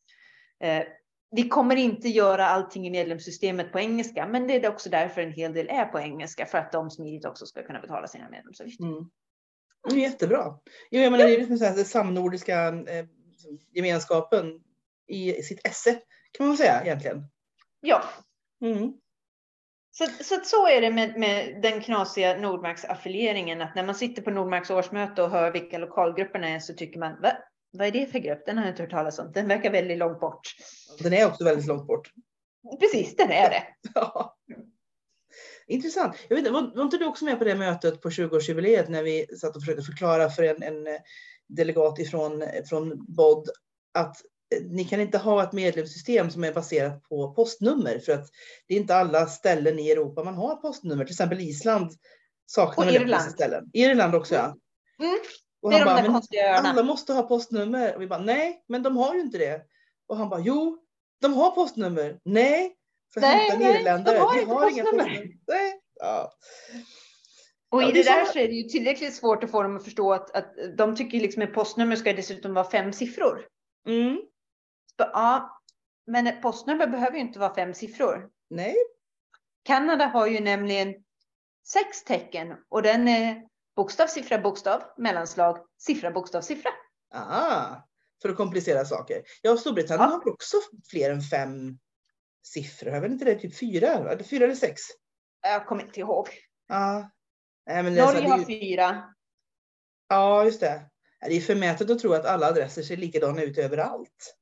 [SPEAKER 6] Eh, vi kommer inte göra allting i medlemssystemet på engelska. Men det är också därför en hel del är på engelska. För att de smidigt också ska kunna betala sina medlemsavgifter. Mm.
[SPEAKER 2] Det är jättebra. Jo, jag menar, det är liksom så här, det samnordiska eh, gemenskapen i sitt esse. Kan man säga egentligen.
[SPEAKER 6] Ja.
[SPEAKER 2] Mm.
[SPEAKER 6] Så, så, så är det med, med den knasiga Nordmarks-affilieringen. Att när man sitter på Nordmarks årsmöte och hör vilka lokalgrupperna är så tycker man, va? Vad är det för grupp? Den har jag inte hört talas om. Den verkar väldigt långt bort.
[SPEAKER 2] Den är också väldigt långt bort.
[SPEAKER 6] Precis, den är det.
[SPEAKER 2] Ja. Intressant. Jag vet, var, var inte du också med på det mötet på tjugoårsjubileet när vi satt och försökte förklara för en, en delegat ifrån, från B O D att ni kan inte ha ett medlemssystem som är baserat på postnummer för att det är inte alla ställen i Europa man har postnummer. Till exempel Island saknar
[SPEAKER 6] och Irland.
[SPEAKER 2] Ställen. Irland också, ja.
[SPEAKER 6] Mm.
[SPEAKER 2] Och
[SPEAKER 6] det är
[SPEAKER 2] han
[SPEAKER 6] de
[SPEAKER 2] bara,
[SPEAKER 6] där konstiga öarna.
[SPEAKER 2] Alla måste ha postnummer. Och vi bara, nej, men de har ju inte det. Och han bara, jo, de har postnummer. Nej, för att
[SPEAKER 6] nej,
[SPEAKER 2] hämta
[SPEAKER 6] nej,
[SPEAKER 2] irländare.
[SPEAKER 6] de har
[SPEAKER 2] vi
[SPEAKER 6] inte
[SPEAKER 2] har inga
[SPEAKER 6] postnummer.
[SPEAKER 2] postnummer. Nej. Ja.
[SPEAKER 6] Och
[SPEAKER 2] ja,
[SPEAKER 6] i
[SPEAKER 2] det,
[SPEAKER 6] det, det där
[SPEAKER 2] så...
[SPEAKER 6] så är det ju tillräckligt svårt att få dem att förstå att, att de tycker liksom att postnummer ska dessutom vara fem siffror.
[SPEAKER 2] Mm.
[SPEAKER 6] Så, ja, men ett postnummer behöver ju inte vara fem siffror.
[SPEAKER 2] Nej.
[SPEAKER 6] Kanada har ju nämligen sex tecken och den är bokstav, siffra, bokstav, mellanslag, siffra, bokstav, siffra.
[SPEAKER 2] Aha, för att komplicera saker. Ja, Storbritannien
[SPEAKER 6] Ja.
[SPEAKER 2] har också fler än fem siffror. Jag vet inte, det är typ fyra, eller fyra eller sex.
[SPEAKER 6] Jag kommer inte ihåg.
[SPEAKER 2] Ja. Nej, men
[SPEAKER 6] Norge
[SPEAKER 2] det,
[SPEAKER 6] har
[SPEAKER 2] det,
[SPEAKER 6] fyra.
[SPEAKER 2] Ja, just det. Det är förmätet att tro att alla adresser ser likadana ut överallt.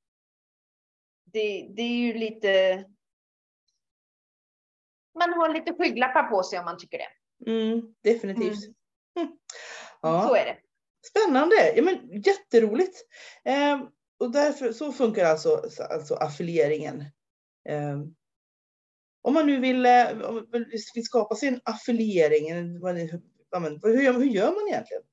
[SPEAKER 6] Det, det är ju lite... Man har lite skygglappar på sig om man tycker det.
[SPEAKER 2] Mm, definitivt.
[SPEAKER 6] Mm.
[SPEAKER 2] Ja.
[SPEAKER 6] Så är det.
[SPEAKER 2] Spännande. Ja, men jätteroligt. Eh, och därför så funkar alltså, alltså affilieringen. Eh, om man nu vill, eh, vill skapa sig en affiliering, hur gör, hur gör man egentligen?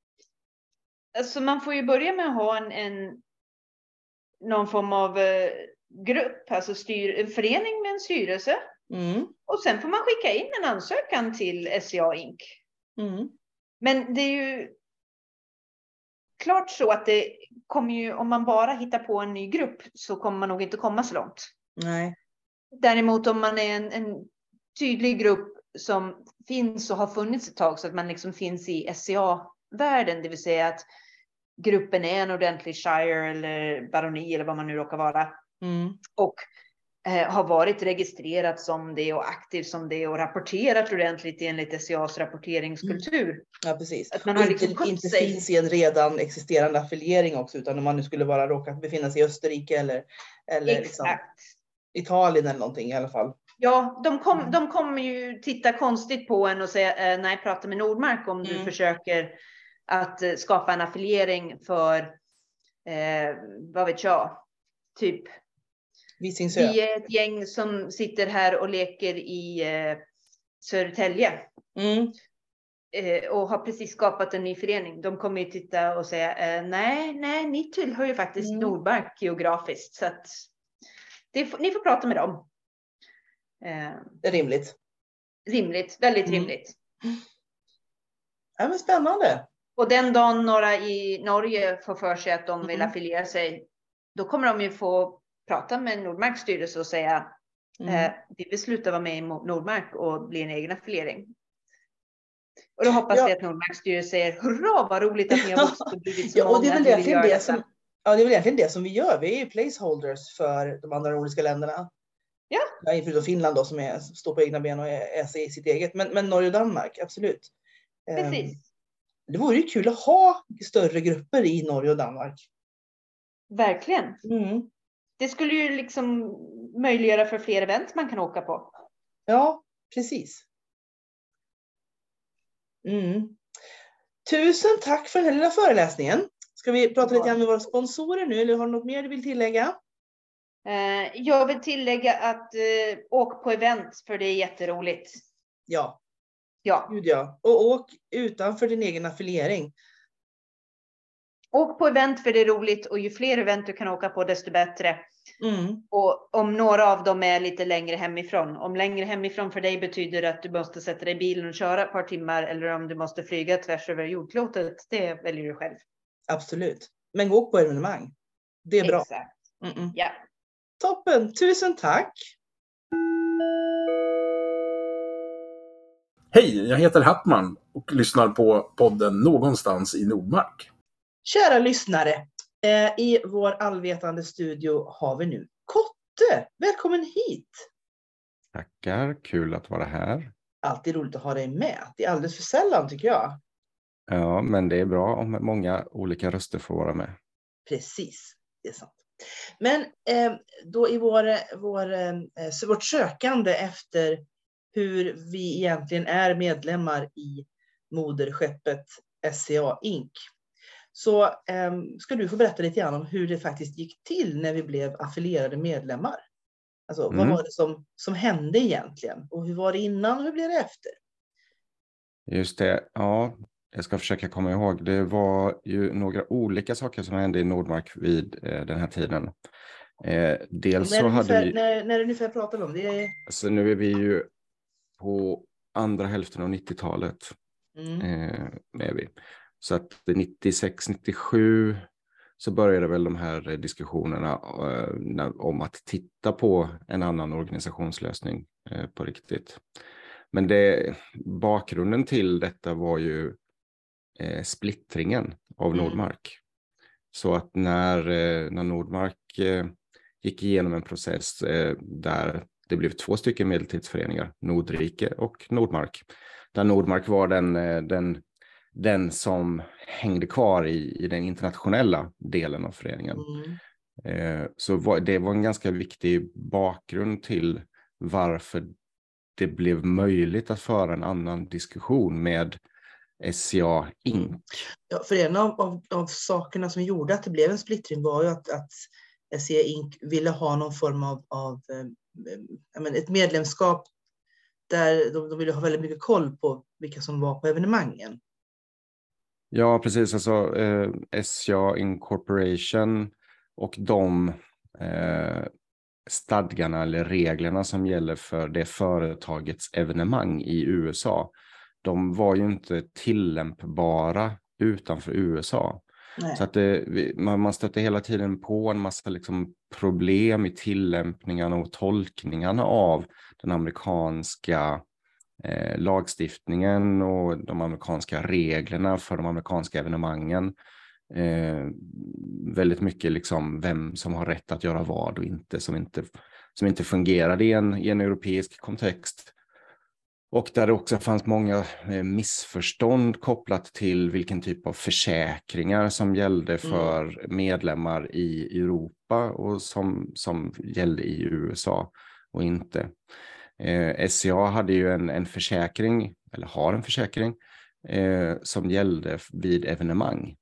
[SPEAKER 6] Alltså man får ju börja med att ha en, en någon form av eh, grupp, alltså styr, en förening med en styrelse.
[SPEAKER 2] Mm.
[SPEAKER 6] Och sen får man skicka in en ansökan till S C A Inc.
[SPEAKER 2] Mm.
[SPEAKER 6] Men det är ju klart så att det kommer ju, om man bara hittar på en ny grupp så kommer man nog inte komma så långt.
[SPEAKER 2] Nej.
[SPEAKER 6] Däremot om man är en, en tydlig grupp som finns och har funnits ett tag så att man liksom finns i S C A-världen, det vill säga att gruppen är en ordentlig shire eller baroni eller vad man nu råkar vara.
[SPEAKER 2] Mm.
[SPEAKER 6] Och eh, har varit registrerat som det och aktiv som det och rapporterat ordentligt enligt S C A:s rapporteringskultur.
[SPEAKER 2] Mm. Ja, precis.
[SPEAKER 6] Att man har liksom
[SPEAKER 2] inte inte finns i en redan existerande affiliering också, utan om man nu skulle vara råkat befinna sig i Österrike eller, eller liksom Italien eller någonting i alla fall.
[SPEAKER 6] Ja, de, kom, mm. de kommer ju titta konstigt på en och säga eh, nej, prata med Nordmark om mm. du försöker att eh, skapa en affiliering för eh, vad vet jag, typ
[SPEAKER 2] Visingsö.
[SPEAKER 6] Vi är ett gäng som sitter här och leker i eh, Södertälje.
[SPEAKER 2] Mm.
[SPEAKER 6] Eh, och har precis skapat en ny förening. De kommer ju titta och säga eh, nej, nej, ni tillhör ju faktiskt mm. Nordmark geografiskt. Så att det, ni får prata med dem. Eh,
[SPEAKER 2] det är rimligt.
[SPEAKER 6] Rimligt, väldigt
[SPEAKER 2] mm.
[SPEAKER 6] rimligt.
[SPEAKER 2] Ja, men spännande.
[SPEAKER 6] Och den dagen några i Norge får för sig att de vill
[SPEAKER 2] mm.
[SPEAKER 6] affiliera sig, då kommer de ju få prata med Nordmarks styrelse och säga mm. eh, vi vill sluta vara med i Nordmark och bli en egen affiliering. Och då hoppas ja. vi att Nordmarks styrelse säger hurra vad roligt att ni har vuxit och blivit så
[SPEAKER 2] ja, och det är
[SPEAKER 6] många
[SPEAKER 2] väl
[SPEAKER 6] att vi vill göra
[SPEAKER 2] det som, ja, det är väl egentligen det som vi gör. Vi är ju placeholders för de andra nordiska länderna.
[SPEAKER 6] Ja.
[SPEAKER 2] Ja, förutom Finland då, som är, står på egna ben och är, är i sitt eget. Men, men Norge och Danmark, absolut.
[SPEAKER 6] Precis.
[SPEAKER 2] Um, det vore ju kul att ha större grupper i Norge och Danmark.
[SPEAKER 6] Verkligen.
[SPEAKER 2] Mm.
[SPEAKER 6] Det skulle ju liksom möjliggöra för fler event man kan åka på.
[SPEAKER 2] Ja, precis. Mm. Tusen tack för den här lilla föreläsningen. Ska vi prata lite grann med våra sponsorer nu, eller har du något mer du vill tillägga?
[SPEAKER 6] Eh, jag vill tillägga att eh, åk på event, för det är jätteroligt.
[SPEAKER 2] Ja.
[SPEAKER 6] Ja.
[SPEAKER 2] Gud ja. Och åk utanför din egen affiliering.
[SPEAKER 6] Åk på event för det är roligt, och ju fler event du kan åka på desto bättre.
[SPEAKER 2] Mm.
[SPEAKER 6] Och om några av dem är lite längre hemifrån. Om längre hemifrån för dig betyder att du måste sätta dig i bilen och köra ett par timmar, eller om du måste flyga tvärs över jordklotet, det väljer du själv.
[SPEAKER 2] Absolut. Men gå på evenemang. Det är bra.
[SPEAKER 6] Exakt.
[SPEAKER 2] Mm-mm.
[SPEAKER 6] Ja.
[SPEAKER 2] Toppen. Tusen tack.
[SPEAKER 7] Hej, jag heter Hattman och lyssnar på podden Någonstans i Nordmark.
[SPEAKER 2] Kära lyssnare, eh, i vår allvetande studio har vi nu Kotte. Välkommen hit.
[SPEAKER 5] Tackar, kul att vara här.
[SPEAKER 2] Alltid roligt att ha dig med. Det är alldeles för sällan tycker jag.
[SPEAKER 5] Ja, men det är bra om många olika röster får vara med.
[SPEAKER 2] Precis, det är sant. Men eh, då i vår, vår, eh, vårt sökande efter hur vi egentligen är medlemmar i moderskeppet S C A Incorporated. Så eh, ska du få berätta lite grann om hur det faktiskt gick till när vi blev affilierade medlemmar. Alltså mm. vad var det som, som hände egentligen? Och hur var det innan och hur blev det efter?
[SPEAKER 5] Just det, ja. Jag ska försöka komma ihåg. Det var ju några olika saker som hände i Nordmark vid eh, den här tiden. Eh, dels så
[SPEAKER 2] ungefär,
[SPEAKER 5] hade vi...
[SPEAKER 2] När, när ungefär pratar vi om det?
[SPEAKER 5] Alltså nu är vi ju på andra hälften av nittiotalet.
[SPEAKER 2] Mm.
[SPEAKER 5] Eh, är vi. Så att nittiosex nittiosju så började väl de här diskussionerna eh, om att titta på en annan organisationslösning eh, på riktigt. Men det, bakgrunden till detta var ju eh, splittringen av
[SPEAKER 2] Mm.
[SPEAKER 5] Nordmark. Så att när, eh, när Nordmark eh, gick igenom en process eh, där det blev två stycken medeltidsföreningar, Nordrike och Nordmark. Där Nordmark var den, eh, den, den som hängde kvar i, i den internationella delen av föreningen.
[SPEAKER 2] Mm.
[SPEAKER 5] Eh, så var, det var en ganska viktig bakgrund till varför det blev möjligt att föra en annan diskussion med S C A Incorporated.
[SPEAKER 2] Ja, för en av, av, av sakerna som gjorde att det blev en splittring var ju att, att S C A Incorporated ville ha någon form av, av eh, men ett medlemskap där de, de ville ha väldigt mycket koll på vilka som var på evenemangen.
[SPEAKER 5] Ja, precis. Alltså eh, S C A Incorporation och de eh, stadgarna eller reglerna som gäller för det företagets evenemang i U S A, de var ju inte tillämpbara utanför U S A.
[SPEAKER 2] Nej.
[SPEAKER 5] Så att det, man, man stötte hela tiden på en massa liksom problem i tillämpningarna och tolkningarna av den amerikanska eh, lagstiftningen och de amerikanska reglerna för de amerikanska evenemangen. Eh, väldigt mycket liksom vem som har rätt att göra vad och inte, som inte, som inte fungerade i en, i en europeisk kontext. Och där det också fanns många eh, missförstånd kopplat till vilken typ av försäkringar som gällde för mm. medlemmar i Europa och som, som gällde i U S A och inte. Eh, S C A hade ju en, en försäkring, eller har en försäkring, eh, som gällde vid evenemang.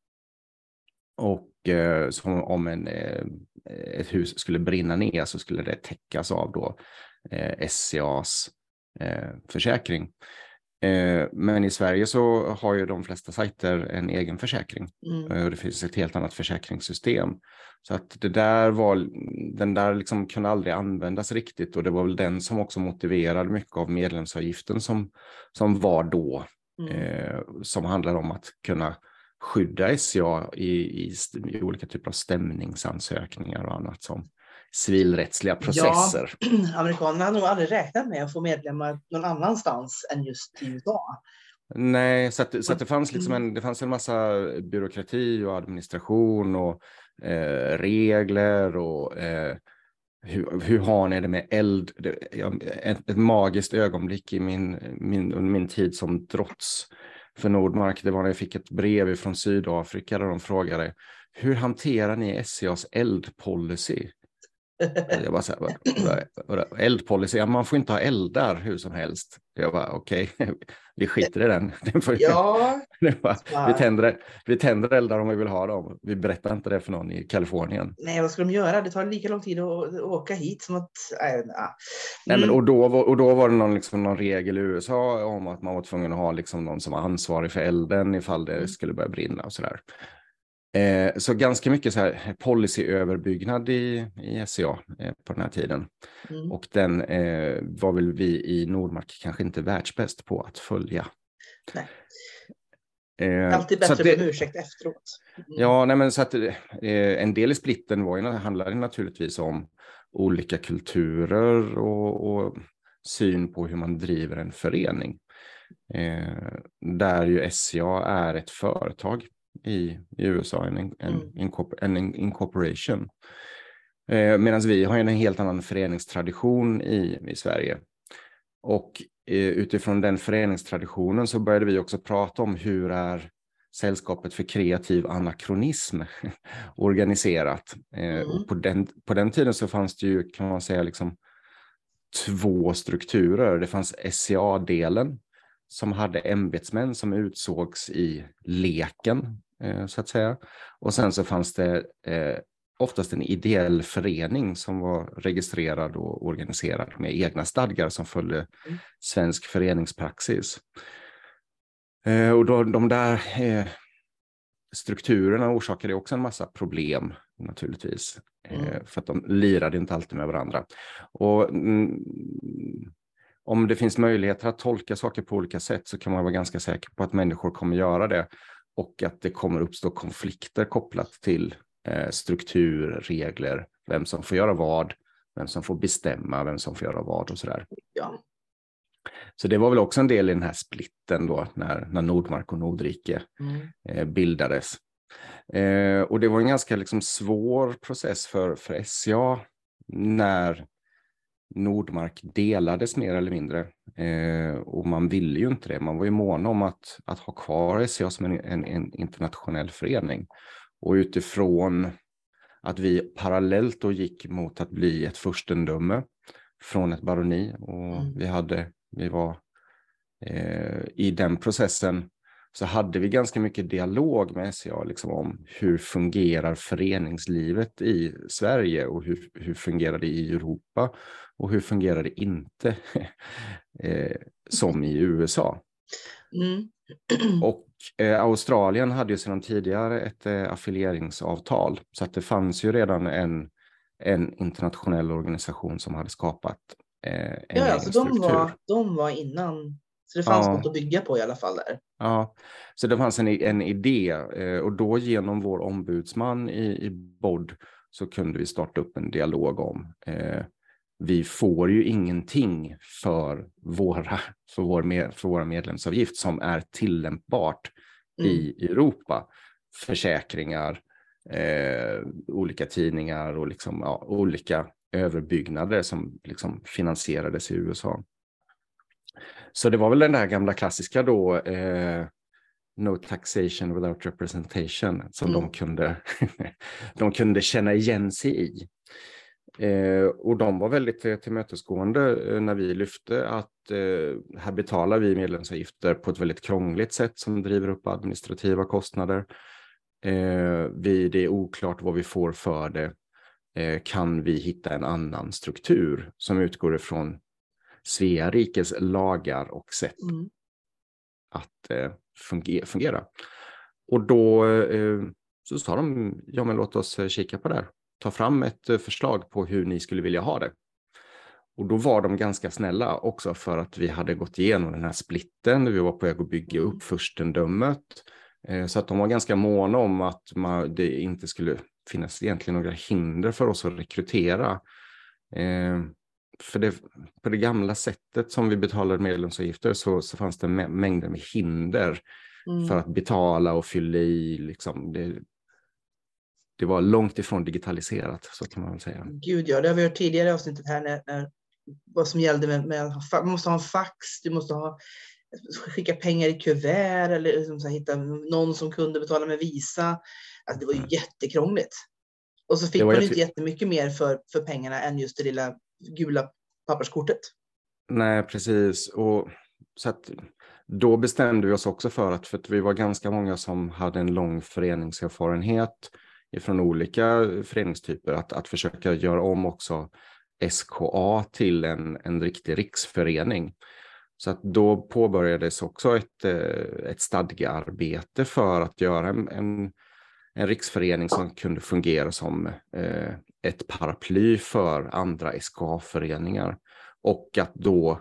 [SPEAKER 5] Och eh, som om en, eh, ett hus skulle brinna ner så skulle det täckas av då eh, S C A's eh, försäkring. Eh, men i Sverige så har ju de flesta sajter en egen försäkring. Mm. Eh, och det finns ett helt annat försäkringssystem. Så att det där var, den där liksom kunde aldrig användas riktigt, och det var väl den som också motiverade mycket av medlemsavgiften som, som var då. Mm. Eh, som handlar om att kunna skydda S C A i, i, i olika typer av stämningsansökningar och annat som civilrättsliga processer.
[SPEAKER 2] Ja, amerikanerna hade nog aldrig räknat med att få medlemmar någon annanstans än just i U S A.
[SPEAKER 5] Nej, så, att, så att det fanns liksom en, det fanns en massa byråkrati och administration och eh, regler och eh, hur, hur har ni det med eld? Det, ett, ett magiskt ögonblick i min, min, min tid som drots för Nordmark, det var när jag fick ett brev från Sydafrika där de frågade: hur hanterar ni S C A's eldpolicy? Jag bara så här, vad, vad, vad, eldpolicy, ja, man får inte ha eldar hur som helst. Jag bara, okej, okay, vi skiter i den.
[SPEAKER 2] Ja.
[SPEAKER 5] Bara, vi, tänder, vi tänder eldar om vi vill ha dem. Vi berättar inte det för någon i Kalifornien.
[SPEAKER 2] Nej, vad ska de göra? Det tar lika lång tid att åka hit som att... Äh, mm.
[SPEAKER 5] Nej, men, och, då var, och då var det någon, liksom, någon regel i U S A om att man var tvungen att ha liksom, någon som var ansvarig för elden ifall det mm. skulle börja brinna och sådär. Eh, så ganska mycket så här policyöverbyggnad i, i S C A eh, på den här tiden. Mm. Och den eh, var väl vi i Nordmark kanske inte världsbäst på att följa.
[SPEAKER 2] Nej. Eh, Alltid bättre det, på ursäkt efteråt.
[SPEAKER 5] Mm. Ja, nej, men så att eh, en del i splitten var ju, handlade naturligtvis om olika kulturer och, och syn på hur man driver en förening. Eh, där ju S C A är ett företag i, i U S A, en, en, en, en, en incorporation. Eh, Medan vi har en helt annan föreningstradition i, i Sverige. Och eh, utifrån den föreningstraditionen så började vi också prata om hur är Sällskapet för kreativ anakronism organiserat. Eh, mm. Och på den, på den tiden så fanns det ju, kan man säga, liksom två strukturer. Det fanns S C A-delen som hade ämbetsmän som utsågs i leken, eh, så att säga. Och sen så fanns det eh, oftast en ideell förening som var registrerad och organiserad med egna stadgar som följde mm. svensk föreningspraxis. Eh, och då, de där eh, strukturerna orsakade också en massa problem naturligtvis. Mm. Eh, för att de lirade inte alltid med varandra. Och mm, om det finns möjligheter att tolka saker på olika sätt så kan man vara ganska säker på att människor kommer göra det. Och att det kommer uppstå konflikter kopplat till eh, struktur, regler, vem som får göra vad, vem som får bestämma, vem som får göra vad och sådär.
[SPEAKER 2] Ja.
[SPEAKER 5] Så det var väl också en del i den här splitten då när, när Nordmark och Nordrike mm. eh, bildades. Eh, och det var en ganska liksom, svår process för, för S C A när Nordmark delades mer eller mindre. Eh, och man ville ju inte det. Man var ju mån om att, att ha kvar S C A som en, en, en internationell förening. Och utifrån att vi parallellt då gick mot att bli ett furstendöme från ett baroni. Och mm. vi hade, vi var eh, i den processen så hade vi ganska mycket dialog med S C A liksom, om hur fungerar föreningslivet i Sverige och hur, hur fungerar det i Europa och hur fungerar det inte eh, som i U S A. Mm. Och eh, Australien hade ju sedan tidigare ett eh, affilieringsavtal så att det fanns ju redan en, en internationell organisation som hade skapat eh, en
[SPEAKER 2] ja, alltså de var, de var innan. Så det fanns ja. något att bygga på i alla fall där.
[SPEAKER 5] Ja, så det fanns en, en idé eh, och då genom vår ombudsman i, i B O D så kunde vi starta upp en dialog om eh, vi får ju ingenting för våra, för vår med, för våra medlemsavgift som är tillämpbart mm. i Europa. Försäkringar, eh, olika tidningar och liksom, ja, olika överbyggnader som liksom finansierades i U S A. Så det var väl den där gamla klassiska då, eh, no taxation without representation, som mm. de, kunde, de kunde känna igen sig i. Eh, och de var väldigt eh, tillmötesgående eh, när vi lyfte att eh, här betalar vi medlemsavgifter på ett väldigt krångligt sätt som driver upp administrativa kostnader. Eh, vi, det är oklart vad vi får för det. Eh, kan vi hitta en annan struktur som utgår ifrån Svea rikes lagar och sätt mm. att eh, fungera, fungera. Och då eh, så sa de, ja men låt oss kika på det här. Ta fram ett eh, förslag på hur ni skulle vilja ha det. Och då var de ganska snälla också för att vi hade gått igenom den här splitten. Vi var på väg att bygga upp furstendömet. Eh, så att de var ganska måna om att man, det inte skulle finnas egentligen några hinder för oss att rekrytera. Eh, För det, på det gamla sättet som vi betalade medlemsavgifter så, så fanns det mängder med hinder mm. för att betala och fylla i. Liksom. Det, det var långt ifrån digitaliserat, så kan man väl säga.
[SPEAKER 2] Gud ja, det har vi hört tidigare i avsnittet här när, när, vad som gällde med, med man måste ha en fax, du måste ha, skicka pengar i kuvert eller liksom så här, hitta någon som kunde betala med Visa. Alltså, det var ju mm. jättekrångligt.
[SPEAKER 8] Och så fick man ju inte jättemycket mer för, för pengarna än just det lilla gula papperskortet.
[SPEAKER 5] Nej, precis. Och så att då bestämde vi oss också för att, för att vi var ganska många som hade en lång föreningserfarenhet från olika föreningstyper, att, att försöka göra om också S K A till en, en riktig riksförening. Så att då påbörjades också ett, ett stadgearbete för att göra en, en, en riksförening som kunde fungera som eh, ett paraply för andra S K A-föreningar. Och att då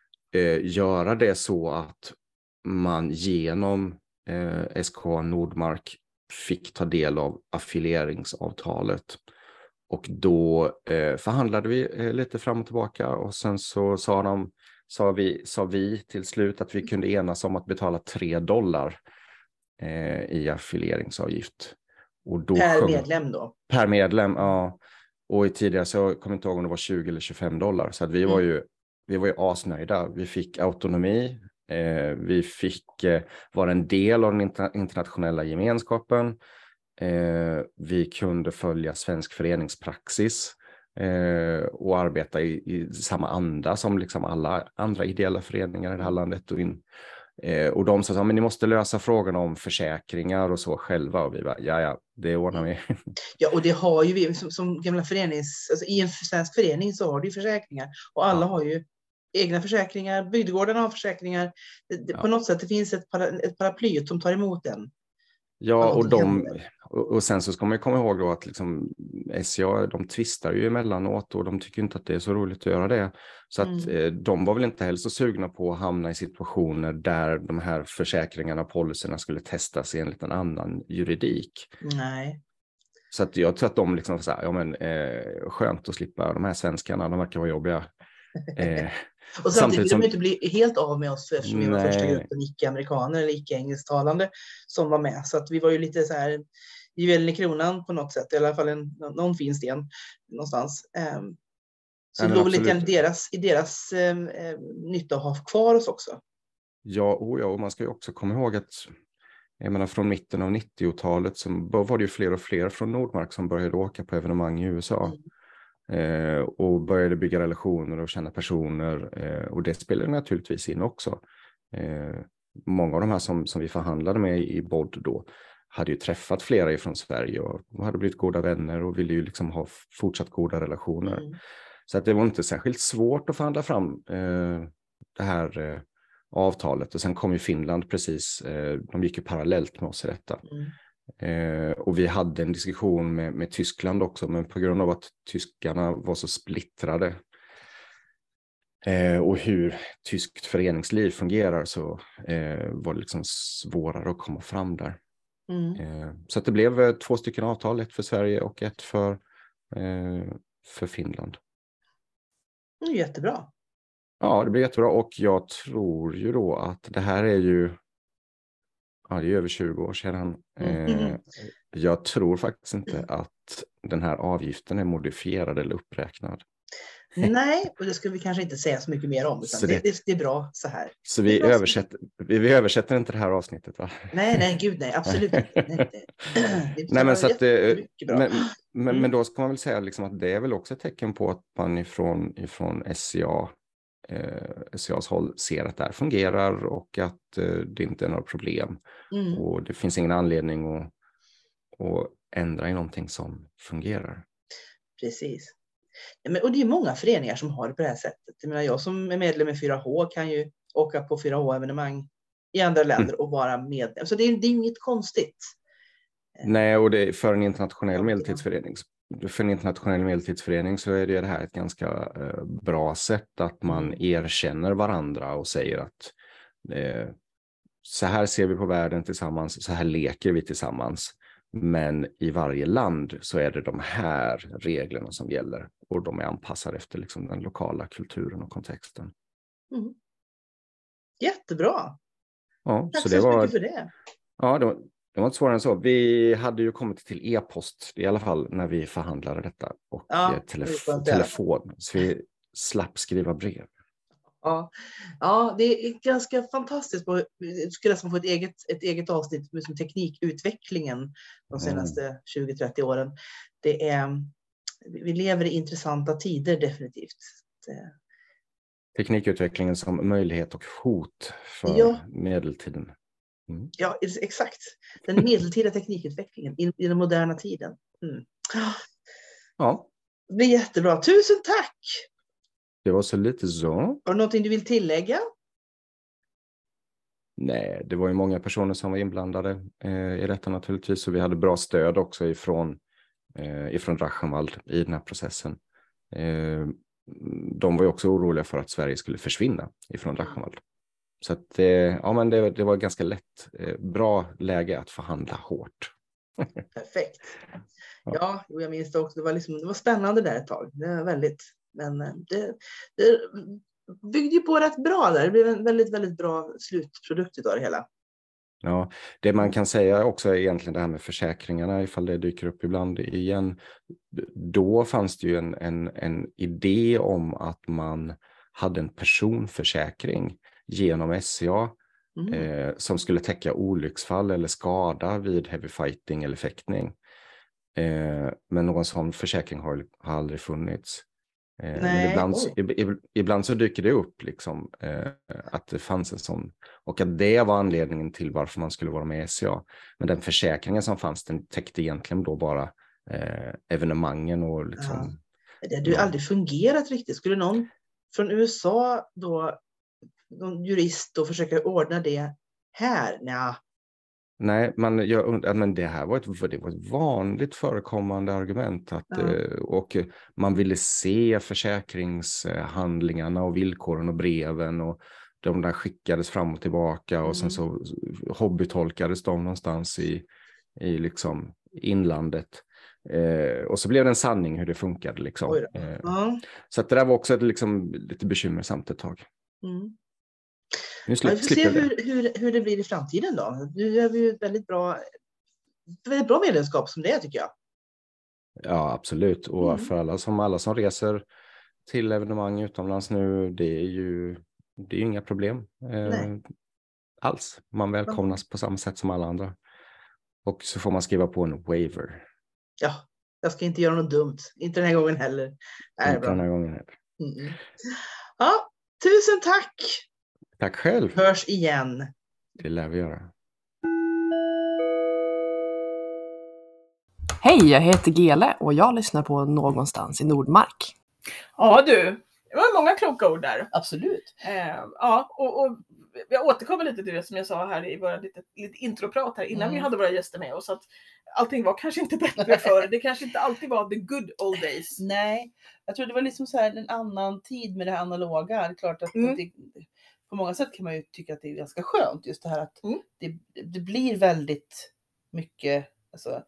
[SPEAKER 5] eh, göra det så att man genom eh, S K A Nordmark fick ta del av affilieringsavtalet. Och då eh, förhandlade vi eh, lite fram och tillbaka, och sen så sa, de, sa, vi, sa vi till slut att vi kunde enas om att betala tre dollar eh, i affilieringsavgift. Och då
[SPEAKER 8] per
[SPEAKER 5] sjung,
[SPEAKER 8] medlem då?
[SPEAKER 5] Per medlem, ja. Och i tidigare så kom jag inte ihåg om det var tjugo eller tjugofem dollar. Så att vi, mm. var ju, vi var ju asnöjda. Vi fick autonomi. Eh, vi fick eh, vara en del av den inter- internationella gemenskapen. Eh, vi kunde följa svensk föreningspraxis eh, och arbeta i, i samma anda som liksom alla andra ideella föreningar i det här landet. Och, in, eh, och de sa att ni måste lösa frågan om försäkringar och så själva. Och vi bara, ja ja, det ordnar vi.
[SPEAKER 8] Ja, och det har ju vi som, som gamla förenings... Alltså, i en svensk förening så har du ju försäkringar. Och alla har ju egna försäkringar. Bygdegårdarna har försäkringar. Det, det, ja. På något sätt det finns ett, para, ett paraply som tar emot den.
[SPEAKER 5] Ja, och, de, och, och sen så ska man ju komma ihåg då att liksom S C A, de tvistar ju emellanåt och de tycker inte att det är så roligt att göra det. Så att mm. eh, de var väl inte heller så sugna på att hamna i situationer där de här försäkringarna och policyerna skulle testas enligt en annan juridik.
[SPEAKER 8] Nej.
[SPEAKER 5] Så att jag tror att de liksom så här, ja men eh, skönt att slippa de här svenskarna, de verkar vara jobbiga. Eh,
[SPEAKER 8] och samtidigt vill som... de inte bli helt av med oss, för eftersom vi var första gruppen icke-amerikaner eller icke-engelsktalande som var med. Så att vi var ju lite så här juvelen i kronan på något sätt, i alla fall en, någon fin sten någonstans. Um, så ja, det låg lite i deras, i deras um, nytta att ha kvar oss också.
[SPEAKER 5] Ja, och, ja, och man ska ju också komma ihåg att jag menar, från mitten av nittiotalet så var det ju fler och fler från Nordmark som började åka på evenemang i U S A. Mm. Eh, och började bygga relationer och känna personer, eh, och det spelade naturligtvis in också. Eh, många av de här som, som vi förhandlade med i B O D då hade ju träffat flera ifrån Sverige och hade blivit goda vänner och ville ju liksom ha fortsatt goda relationer. Mm. Så att det var inte särskilt svårt att förhandla fram eh, det här eh, avtalet. Och sen kom ju Finland precis, eh, de gick ju parallellt med oss i detta. Mm. Eh, och vi hade en diskussion med, med Tyskland också, men på grund av att tyskarna var så splittrade eh, och hur tyskt föreningsliv fungerar, så eh, var det liksom svårare att komma fram där. Mm. Eh, så att det blev eh, två stycken avtal, ett för Sverige och ett för, eh, för Finland.
[SPEAKER 8] Mm, jättebra.
[SPEAKER 5] Ja, det blir jättebra, och jag tror ju då att det här är ju Ja, det är över tjugo år sedan. Mm. Eh, jag tror faktiskt inte att den här avgiften är modifierad eller uppräknad.
[SPEAKER 8] Nej, och det ska vi kanske inte säga så mycket mer om. Utan det, det, det är bra så här.
[SPEAKER 5] Så vi översätter, vi, vi översätter inte det här avsnittet, va?
[SPEAKER 8] Nej, nej, gud nej, absolut inte. Nej,
[SPEAKER 5] nej, men, så att, men, men, mm. men då ska man väl säga liksom att det är väl också ett tecken på att man ifrån, ifrån S C A Eh, S C A:s håll ser att det här fungerar och att eh, det inte är några problem. Mm. Och det finns ingen anledning att, att ändra i någonting som fungerar.
[SPEAKER 8] Precis. Ja, men, och det är många föreningar som har det på det här sättet. Jag menar, jag som är medlem i fyra H kan ju åka på fyra H-evenemang i andra länder mm. och vara medlem. Så det är, det är inget konstigt.
[SPEAKER 5] Nej, och det är för en internationell medeltidsförening. För en internationell medeltidsförening så är det här ett ganska eh, bra sätt att man mm. erkänner varandra och säger att eh, så här ser vi på världen tillsammans, så här leker vi tillsammans. Men i varje land så är det de här reglerna som gäller, och de är anpassade efter liksom den lokala kulturen och kontexten.
[SPEAKER 8] Mm. Jättebra.
[SPEAKER 5] Ja,
[SPEAKER 8] Tack
[SPEAKER 5] så,
[SPEAKER 8] så,
[SPEAKER 5] det
[SPEAKER 8] så
[SPEAKER 5] var,
[SPEAKER 8] mycket för det.
[SPEAKER 5] Ja, det var, det var inte svårare än så. Vi hade ju kommit till e-post i alla fall när vi förhandlade detta, och ja, telefon, telefon. Så vi slapp skriva brev.
[SPEAKER 8] Ja, ja, det är ganska fantastiskt. Jag skulle nästan få ett eget, ett eget avsnitt med som teknikutvecklingen de senaste mm. tjugo till trettio åren. Det är, vi lever i intressanta tider definitivt. Det...
[SPEAKER 5] Teknikutvecklingen som möjlighet och hot för
[SPEAKER 8] ja.
[SPEAKER 5] medeltiden. Mm.
[SPEAKER 8] Ja, exakt. Den medeltida teknikutvecklingen i, i den moderna tiden. Mm.
[SPEAKER 5] Ja.
[SPEAKER 8] Det blir jättebra. Tusen tack!
[SPEAKER 5] Det var så lite så.
[SPEAKER 8] Har du någonting du vill tillägga?
[SPEAKER 5] Nej, det var ju många personer som var inblandade eh, i detta naturligtvis. Så vi hade bra stöd också ifrån, eh, ifrån Rachenwald i den här processen. Eh, de var ju också oroliga för att Sverige skulle försvinna ifrån Rachenwald. Så att, eh, ja, men det, det var ganska lätt. Eh, bra läge att förhandla hårt.
[SPEAKER 8] Perfekt. Ja, jag minns det också. Det var, liksom, det var spännande där ett tag. Det var väldigt... Men det, det byggde ju på rätt bra där. Det blev en väldigt, väldigt bra slutprodukt av det hela.
[SPEAKER 5] Ja, det man kan säga också är egentligen det här med försäkringarna, ifall det dyker upp ibland igen. Då fanns det ju en, en, en idé om att man hade en personförsäkring genom S C A mm. eh, som skulle täcka olycksfall eller skada vid heavy fighting eller fäktning. Eh, men någon sån försäkring har, har aldrig funnits. Eh, men ibland, ib, ibland så dyker det upp liksom, eh, att det fanns en sån, och att det var anledningen till varför man skulle vara med i S C A. Men den försäkringen som fanns, den täckte egentligen då bara eh, evenemangen och liksom...
[SPEAKER 8] Ja. Det hade ju ja. aldrig fungerat riktigt. Skulle någon från U S A då, någon jurist då försöka ordna det här? Nja.
[SPEAKER 5] Nej, man gör, men det här var ett, det var ett vanligt förekommande argument. Att, ja. Och man ville se försäkringshandlingarna och villkoren och breven. Och de där skickades fram och tillbaka. Mm. Och sen så hobbytolkades de någonstans i, i liksom inlandet. Eh, och så blev det en sanning hur det funkade. Liksom. Eh,
[SPEAKER 8] ja.
[SPEAKER 5] Så att det där var också liksom lite bekymmersamt ett tag.
[SPEAKER 8] Mm.
[SPEAKER 5] Nu
[SPEAKER 8] släpp, ja, vi får se hur, hur, hur det blir i framtiden då. Nu har vi ju ett väldigt bra, väldigt bra medlemskap som det är, tycker jag.
[SPEAKER 5] Ja, absolut. Och mm. för alla som, alla som reser till evenemang utomlands nu, det är ju det är ju inga problem eh, alls. Man välkomnas mm. på samma sätt som alla andra. Och så får man skriva på en waiver.
[SPEAKER 8] Ja, jag ska inte göra något dumt. Inte den här gången heller. Nej,
[SPEAKER 5] inte bra. den här gången heller.
[SPEAKER 8] Mm. Ja, tusen tack!
[SPEAKER 5] Tack själv.
[SPEAKER 8] Hörs igen.
[SPEAKER 5] Det lär vi göra.
[SPEAKER 9] Hej, jag heter Gele och jag lyssnar på Någonstans i Nordmark.
[SPEAKER 1] Ja du, det var många kloka ord där.
[SPEAKER 8] Absolut.
[SPEAKER 1] Eh, ja, och, och jag återkommer lite till det som jag sa här i våra lite, lite introprat här innan mm. vi hade våra gäster med oss. Att allting var kanske inte bättre förr. Det kanske inte alltid var the good old days.
[SPEAKER 2] Nej, jag tror det var liksom så här en annan tid med det här analoga. Det är klart att mm. det, på många sätt kan man ju tycka att det är ganska skönt just det här att mm. det, det blir väldigt mycket alltså,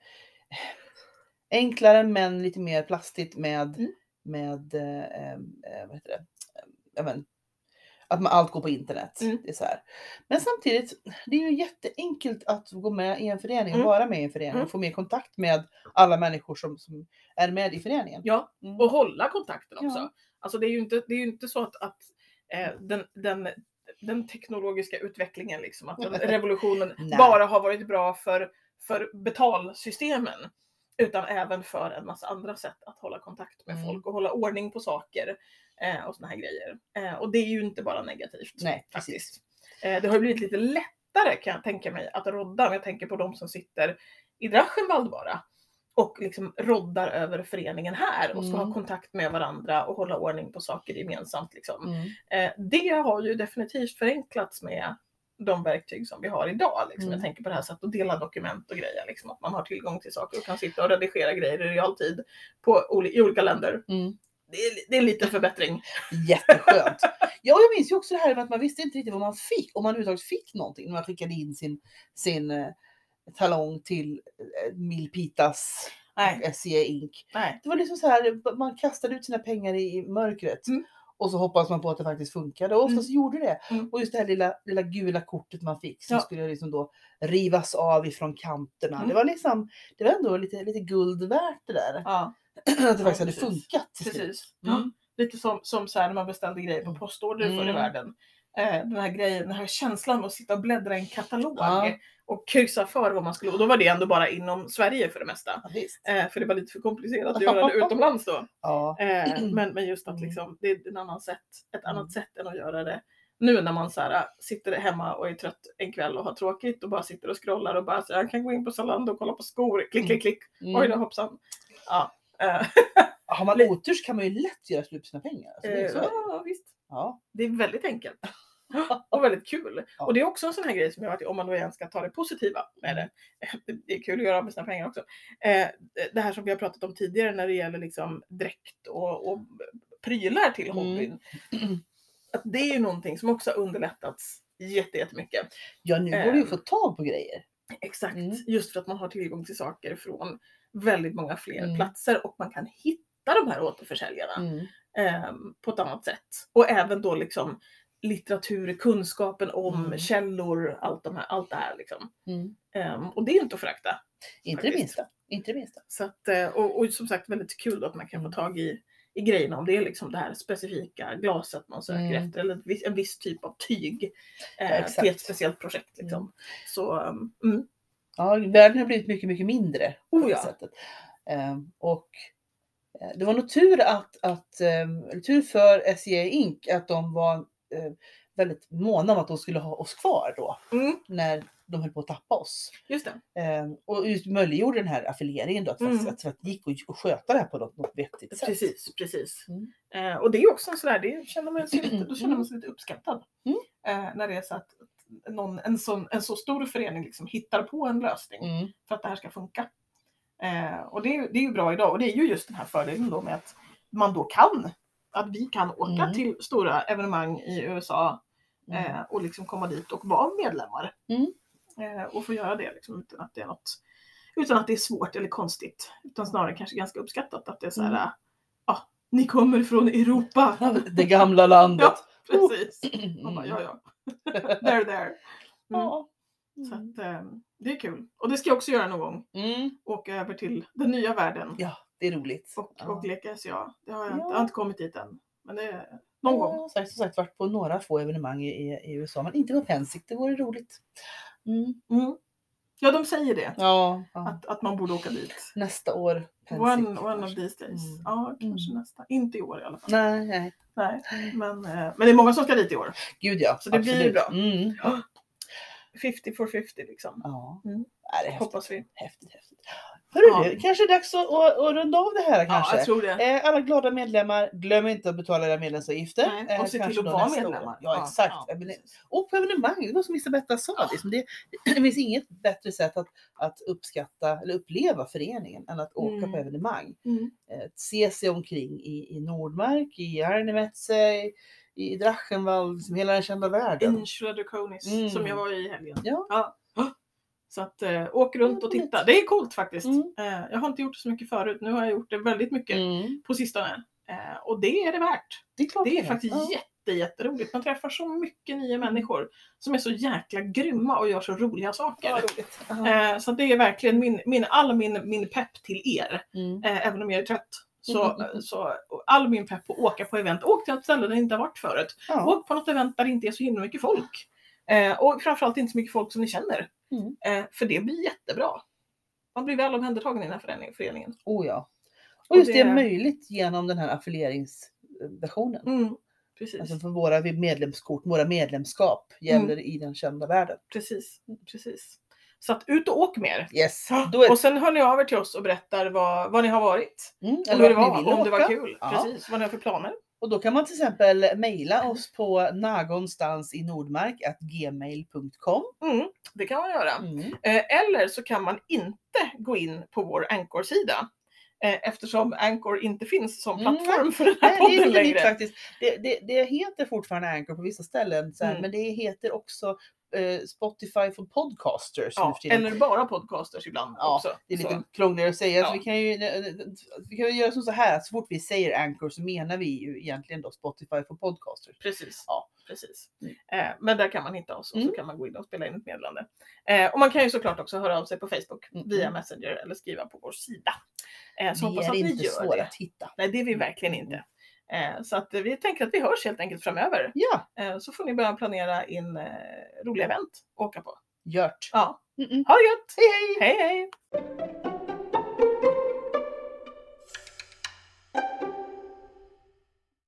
[SPEAKER 2] enklare men lite mer plastigt med, mm. med eh, eh, vad heter det? Jag men, att man allt går på internet. Mm. Det är så här. Men samtidigt, det är ju jätteenkelt att gå med i en förening och mm. vara med i en förening mm. och få mer kontakt med alla människor som, som är med i föreningen.
[SPEAKER 1] Ja, mm. och hålla kontakten också. Ja. Alltså det är ju inte, det är ju inte så att, att eh, den, den, den teknologiska utvecklingen, liksom, att den revolutionen bara har varit bra för, för betalsystemen. Utan även för en massa andra sätt att hålla kontakt med mm. folk och hålla ordning på saker eh, och såna här grejer. Eh, och det är ju inte bara negativt.
[SPEAKER 2] Nej,
[SPEAKER 1] faktiskt. Eh, det har blivit lite lättare kan jag tänka mig att rodda. Om jag tänker på de som sitter i Drachenwald bara. Och liksom roddar över föreningen här och ska mm. ha kontakt med varandra och hålla ordning på saker gemensamt. Liksom. Mm. Eh, det har ju definitivt förenklats med de verktyg som vi har idag. Liksom. Mm. Jag tänker på det här sättet att dela dokument och grejer. Liksom. Att man har tillgång till saker och kan sitta och redigera grejer i realtid på, i olika länder. Mm. Det, är, det är en liten förbättring.
[SPEAKER 2] Jätteskönt. Ja, jag minns ju också det här med att man visste inte riktigt vad man fick. Om man överhuvudtaget fick någonting när man skickade in sin, sin eh, talong till eh, Milpitas och S C A Inc. Nej. Det var liksom så här, man kastade ut sina pengar i, i mörkret. Mm. Och så hoppas man på att det faktiskt funkade. Och oftast mm. gjorde det. Mm. Och just det här lilla, lilla gula kortet man fick. Som ja. skulle liksom då rivas av ifrån kanterna. Mm. Det var liksom, det var ändå lite, lite guld värt det där. Ja. Att det faktiskt ja, hade funkat.
[SPEAKER 1] Precis. Mm. Ja. lite som, som så här när man beställde grejer på postorder
[SPEAKER 2] Mm.
[SPEAKER 1] förr i världen. Eh, den här grejen, den här känslan att sitta och bläddra i en katalog
[SPEAKER 2] Ja.
[SPEAKER 1] och kryssa för vad man skulle, och då var det ändå bara inom Sverige för det mesta.
[SPEAKER 2] Ja, visst.
[SPEAKER 1] Eh, för det var lite för komplicerat att göra det utomlands då.
[SPEAKER 2] Ja.
[SPEAKER 1] Eh, men, men just att liksom, det är en annan sätt, ett annat sätt än att göra det nu när man så här, sitter hemma och är trött en kväll och har tråkigt och bara sitter och scrollar och bara så här, jag kan gå in på Zalando och kolla på skor, klick klick klick,
[SPEAKER 2] Mm.
[SPEAKER 1] oj då hoppsan. Ja. Eh,
[SPEAKER 2] Har man otur så kan man ju lätt göra slut på sina pengar. Alltså, det är så.
[SPEAKER 1] eh, ja visst.
[SPEAKER 2] Ja.
[SPEAKER 1] Det är väldigt enkelt. Och väldigt kul.
[SPEAKER 2] Ja.
[SPEAKER 1] Och det är också en sån här grej som jag, om man då igen ska ta det positiva med det. Det är kul att göra med sina pengar också. Eh, det här som vi har pratat om tidigare när det gäller liksom dräkt och, och prylar till hobbyn.
[SPEAKER 2] Mm.
[SPEAKER 1] Att det är ju någonting som också har underlättats jätte, jättemycket.
[SPEAKER 2] Ja, nu går det ju
[SPEAKER 1] Eh.
[SPEAKER 2] att få tag på grejer.
[SPEAKER 1] Exakt.
[SPEAKER 2] Mm.
[SPEAKER 1] Just för att man har tillgång till saker från väldigt många fler
[SPEAKER 2] Mm.
[SPEAKER 1] platser och man kan hitta de här återförsäljarna
[SPEAKER 2] Mm.
[SPEAKER 1] eh, på ett annat sätt. Och även då liksom litteratur, kunskapen om
[SPEAKER 2] Mm.
[SPEAKER 1] källor, allt, de här, allt det här liksom.
[SPEAKER 2] Mm.
[SPEAKER 1] Eh, och det är ju inte att förakta.
[SPEAKER 2] Inte det
[SPEAKER 1] Faktiskt.
[SPEAKER 2] minsta. Inte det minsta.
[SPEAKER 1] Så att, eh, och, och som sagt väldigt kul då att man kan få tag i, i grejerna om det är liksom det här specifika glaset man söker
[SPEAKER 2] Mm.
[SPEAKER 1] efter eller en viss, en viss typ av tyg eh,
[SPEAKER 2] exakt.
[SPEAKER 1] till ett speciellt projekt. Liksom.
[SPEAKER 2] Mm.
[SPEAKER 1] Så um, mm.
[SPEAKER 2] Ja, världen har blivit mycket, mycket mindre på
[SPEAKER 1] Oh,
[SPEAKER 2] det
[SPEAKER 1] ja.
[SPEAKER 2] sättet. Ehm, och eh, det var nog tur att, att ehm, eller tur för S C A Inc att de var eh, väldigt måna om att de skulle ha oss kvar då.
[SPEAKER 1] Mm.
[SPEAKER 2] När de höll på att tappa oss.
[SPEAKER 1] Just det.
[SPEAKER 2] Ehm, och just möjliggjorde den här affilieringen då. Att,
[SPEAKER 1] Mm.
[SPEAKER 2] faktiskt, att det gick att att sköta det här på något, något vettigt sätt.
[SPEAKER 1] Precis, precis.
[SPEAKER 2] Mm.
[SPEAKER 1] Eh, och det är också en sådär, det känner man sig lite, då känner man sig lite uppskattad.
[SPEAKER 2] Mm.
[SPEAKER 1] Eh, när det är så att någon, en, sån, en så stor förening liksom hittar på en lösning
[SPEAKER 2] Mm.
[SPEAKER 1] för att det här ska funka. Eh, och det är, det är ju bra idag och det är ju just den här fördelen då med att man då kan, att vi kan åka
[SPEAKER 2] Mm.
[SPEAKER 1] till stora evenemang i U S A
[SPEAKER 2] Mm.
[SPEAKER 1] eh, och liksom komma dit och vara medlemmar.
[SPEAKER 2] Mm.
[SPEAKER 1] Eh, och få göra det liksom, utan att det är något, utan att det är svårt eller konstigt. Utan snarare kanske ganska uppskattat att det är så här,
[SPEAKER 2] Mm.
[SPEAKER 1] ja, ni kommer från Europa.
[SPEAKER 2] Det gamla landet.
[SPEAKER 1] Ja, precis. Man bara,
[SPEAKER 2] Mm.
[SPEAKER 1] ja, ja. There, there. Mm.
[SPEAKER 2] Ja.
[SPEAKER 1] Så att, eh, det är kul. Och det ska jag också göra någon gång.
[SPEAKER 2] Mm.
[SPEAKER 1] Åka över till den nya världen.
[SPEAKER 2] Ja, det är roligt.
[SPEAKER 1] Och,
[SPEAKER 2] Ja.
[SPEAKER 1] och leka S C A. Det har jag, inte,
[SPEAKER 2] Ja.
[SPEAKER 1] jag har inte kommit dit än. Men det är någon
[SPEAKER 2] Ja,
[SPEAKER 1] gång.
[SPEAKER 2] som sagt, som sagt varit på några få evenemang i, i U S A, men inte på Pensick. Det vore roligt. Mm.
[SPEAKER 1] Mm. Ja, de säger det.
[SPEAKER 2] Ja, ja.
[SPEAKER 1] Att, att man borde åka dit.
[SPEAKER 2] Nästa år. Pensick,
[SPEAKER 1] One, one of
[SPEAKER 2] kanske.
[SPEAKER 1] these days.
[SPEAKER 2] Mm.
[SPEAKER 1] Ja, kanske
[SPEAKER 2] Mm.
[SPEAKER 1] nästa. Inte i år i alla fall.
[SPEAKER 2] Nej, nej.
[SPEAKER 1] Nej. Men, eh, men det är många som ska dit i år.
[SPEAKER 2] Gud ja.
[SPEAKER 1] Så det blir
[SPEAKER 2] absolut.
[SPEAKER 1] bra.
[SPEAKER 2] Mm.
[SPEAKER 1] femtio for femtio liksom.
[SPEAKER 2] Ja.
[SPEAKER 1] Mm.
[SPEAKER 2] Ja, det är häftigt.
[SPEAKER 1] Hoppas vi.
[SPEAKER 2] Häftigt, häftigt. Hörru
[SPEAKER 1] Ja.
[SPEAKER 2] du, kanske är det dags att, att, att runda av det här kanske.
[SPEAKER 1] Ja, jag tror det.
[SPEAKER 2] Eh, Alla glada medlemmar, glöm inte att betala era medlemsavgifter.
[SPEAKER 1] Nej, och
[SPEAKER 2] Eh,
[SPEAKER 1] se till
[SPEAKER 2] kanske
[SPEAKER 1] att
[SPEAKER 2] då
[SPEAKER 1] vara
[SPEAKER 2] nästa år.
[SPEAKER 1] medlemmar.
[SPEAKER 2] Ja, exakt.
[SPEAKER 1] Ja,
[SPEAKER 2] Jag vill-
[SPEAKER 1] precis.
[SPEAKER 2] Och på evenemang, det var som Isabetta sa.
[SPEAKER 1] Ja.
[SPEAKER 2] Liksom det, det finns inget bättre sätt att, att uppskatta eller uppleva föreningen än att åka
[SPEAKER 1] Mm.
[SPEAKER 2] på evenemang.
[SPEAKER 1] Mm.
[SPEAKER 2] Eh, se sig omkring i, i Nordmark, i Arnemetze, i, i Drachenwald, som hela den kända världen.
[SPEAKER 1] Insula Draconis
[SPEAKER 2] Mm.
[SPEAKER 1] som jag var i helgen.
[SPEAKER 2] Ja.
[SPEAKER 1] Ja. Så att äh, åk runt och titta. Det är coolt faktiskt.
[SPEAKER 2] Mm.
[SPEAKER 1] Eh, jag har inte gjort det så mycket förut. Nu har jag gjort det väldigt mycket
[SPEAKER 2] Mm.
[SPEAKER 1] på sistone. Eh, och det är det värt.
[SPEAKER 2] Det är klart
[SPEAKER 1] Det är faktiskt
[SPEAKER 2] Ja.
[SPEAKER 1] jätte, jätteroligt. Man träffar så mycket nya människor som är så jäkla grymma och gör så roliga saker.
[SPEAKER 2] Ja, roligt. Ja.
[SPEAKER 1] Eh, så det är verkligen min, min, all min, min pepp till er.
[SPEAKER 2] Mm.
[SPEAKER 1] Eh, även om jag är trött. Så,
[SPEAKER 2] Mm, mm,
[SPEAKER 1] så all min pepp på att åka på event. Åk till ett ställe där det inte har varit förut.
[SPEAKER 2] Ja.
[SPEAKER 1] Åk på något event där det inte är så himla mycket folk. Eh, och framförallt inte så mycket folk som ni känner.
[SPEAKER 2] Mm.
[SPEAKER 1] Eh, för det blir jättebra. Man blir väl omhändertagen i den här föreningen. föreningen.
[SPEAKER 2] Oh ja. Och
[SPEAKER 1] Och
[SPEAKER 2] just det är
[SPEAKER 1] det-
[SPEAKER 2] möjligt genom den här affilieringsversionen.
[SPEAKER 1] Mm, precis.
[SPEAKER 2] Alltså för våra medlemskort, våra medlemskap gäller i den kända världen.
[SPEAKER 1] precis. Precis. Så att ut och åk mer.
[SPEAKER 2] Yes, då är
[SPEAKER 1] Och sen hör ni av er till oss och berättar vad, vad ni har varit.
[SPEAKER 2] mm,
[SPEAKER 1] Och
[SPEAKER 2] eller
[SPEAKER 1] hur det
[SPEAKER 2] vart
[SPEAKER 1] var,
[SPEAKER 2] ni vill
[SPEAKER 1] om det var
[SPEAKER 2] åka.
[SPEAKER 1] kul.
[SPEAKER 2] Ja.
[SPEAKER 1] Precis, vad ni har för planer.
[SPEAKER 2] Och då kan man till exempel mejla oss på någonstans i Nordmark at gmail punkt com.
[SPEAKER 1] Mm, det kan man göra.
[SPEAKER 2] Mm.
[SPEAKER 1] Eh, eller så kan man inte gå in på vår Anchor-sida. Eh, eftersom Anchor inte finns som
[SPEAKER 2] Mm,
[SPEAKER 1] plattform för den här
[SPEAKER 2] Nej, det är
[SPEAKER 1] podden
[SPEAKER 2] lite nytt
[SPEAKER 1] längre.
[SPEAKER 2] faktiskt. Det, det, det heter fortfarande Anchor på vissa ställen, så här,
[SPEAKER 1] Mm.
[SPEAKER 2] men det heter också eh, Spotify for podcasters. nu
[SPEAKER 1] Ja,
[SPEAKER 2] för tiden.
[SPEAKER 1] eller bara podcasters ibland
[SPEAKER 2] Ja,
[SPEAKER 1] också.
[SPEAKER 2] Det är lite
[SPEAKER 1] Så.
[SPEAKER 2] krångligare att säga.
[SPEAKER 1] Ja.
[SPEAKER 2] Så vi kan ju vi kan ju göra som så här att så fort vi säger Anchor så menar vi ju egentligen då Spotify for podcasters.
[SPEAKER 1] Precis.
[SPEAKER 2] Ja.
[SPEAKER 1] Precis.
[SPEAKER 2] Mm.
[SPEAKER 1] Eh, men där kan man hitta oss och
[SPEAKER 2] Mm.
[SPEAKER 1] så kan man gå in och spela in ett meddelande. Eh, och man kan ju såklart också höra av sig på Facebook
[SPEAKER 2] Mm.
[SPEAKER 1] via Messenger eller skriva på vår sida. Eh, så
[SPEAKER 2] Vi
[SPEAKER 1] hoppas
[SPEAKER 2] är
[SPEAKER 1] att ni
[SPEAKER 2] inte
[SPEAKER 1] gör
[SPEAKER 2] svåra
[SPEAKER 1] det.
[SPEAKER 2] att hitta.
[SPEAKER 1] Nej, det är vi
[SPEAKER 2] Mm.
[SPEAKER 1] verkligen inte. Eh, så att vi tänker att vi hörs helt enkelt framöver.
[SPEAKER 2] Ja.
[SPEAKER 1] Eh, så får ni börja planera in eh, roliga event att åka på.
[SPEAKER 2] Gjort.
[SPEAKER 1] Ja.
[SPEAKER 2] Mm-mm.
[SPEAKER 1] Ha det gött!
[SPEAKER 2] Hej hej!
[SPEAKER 1] Hej hej!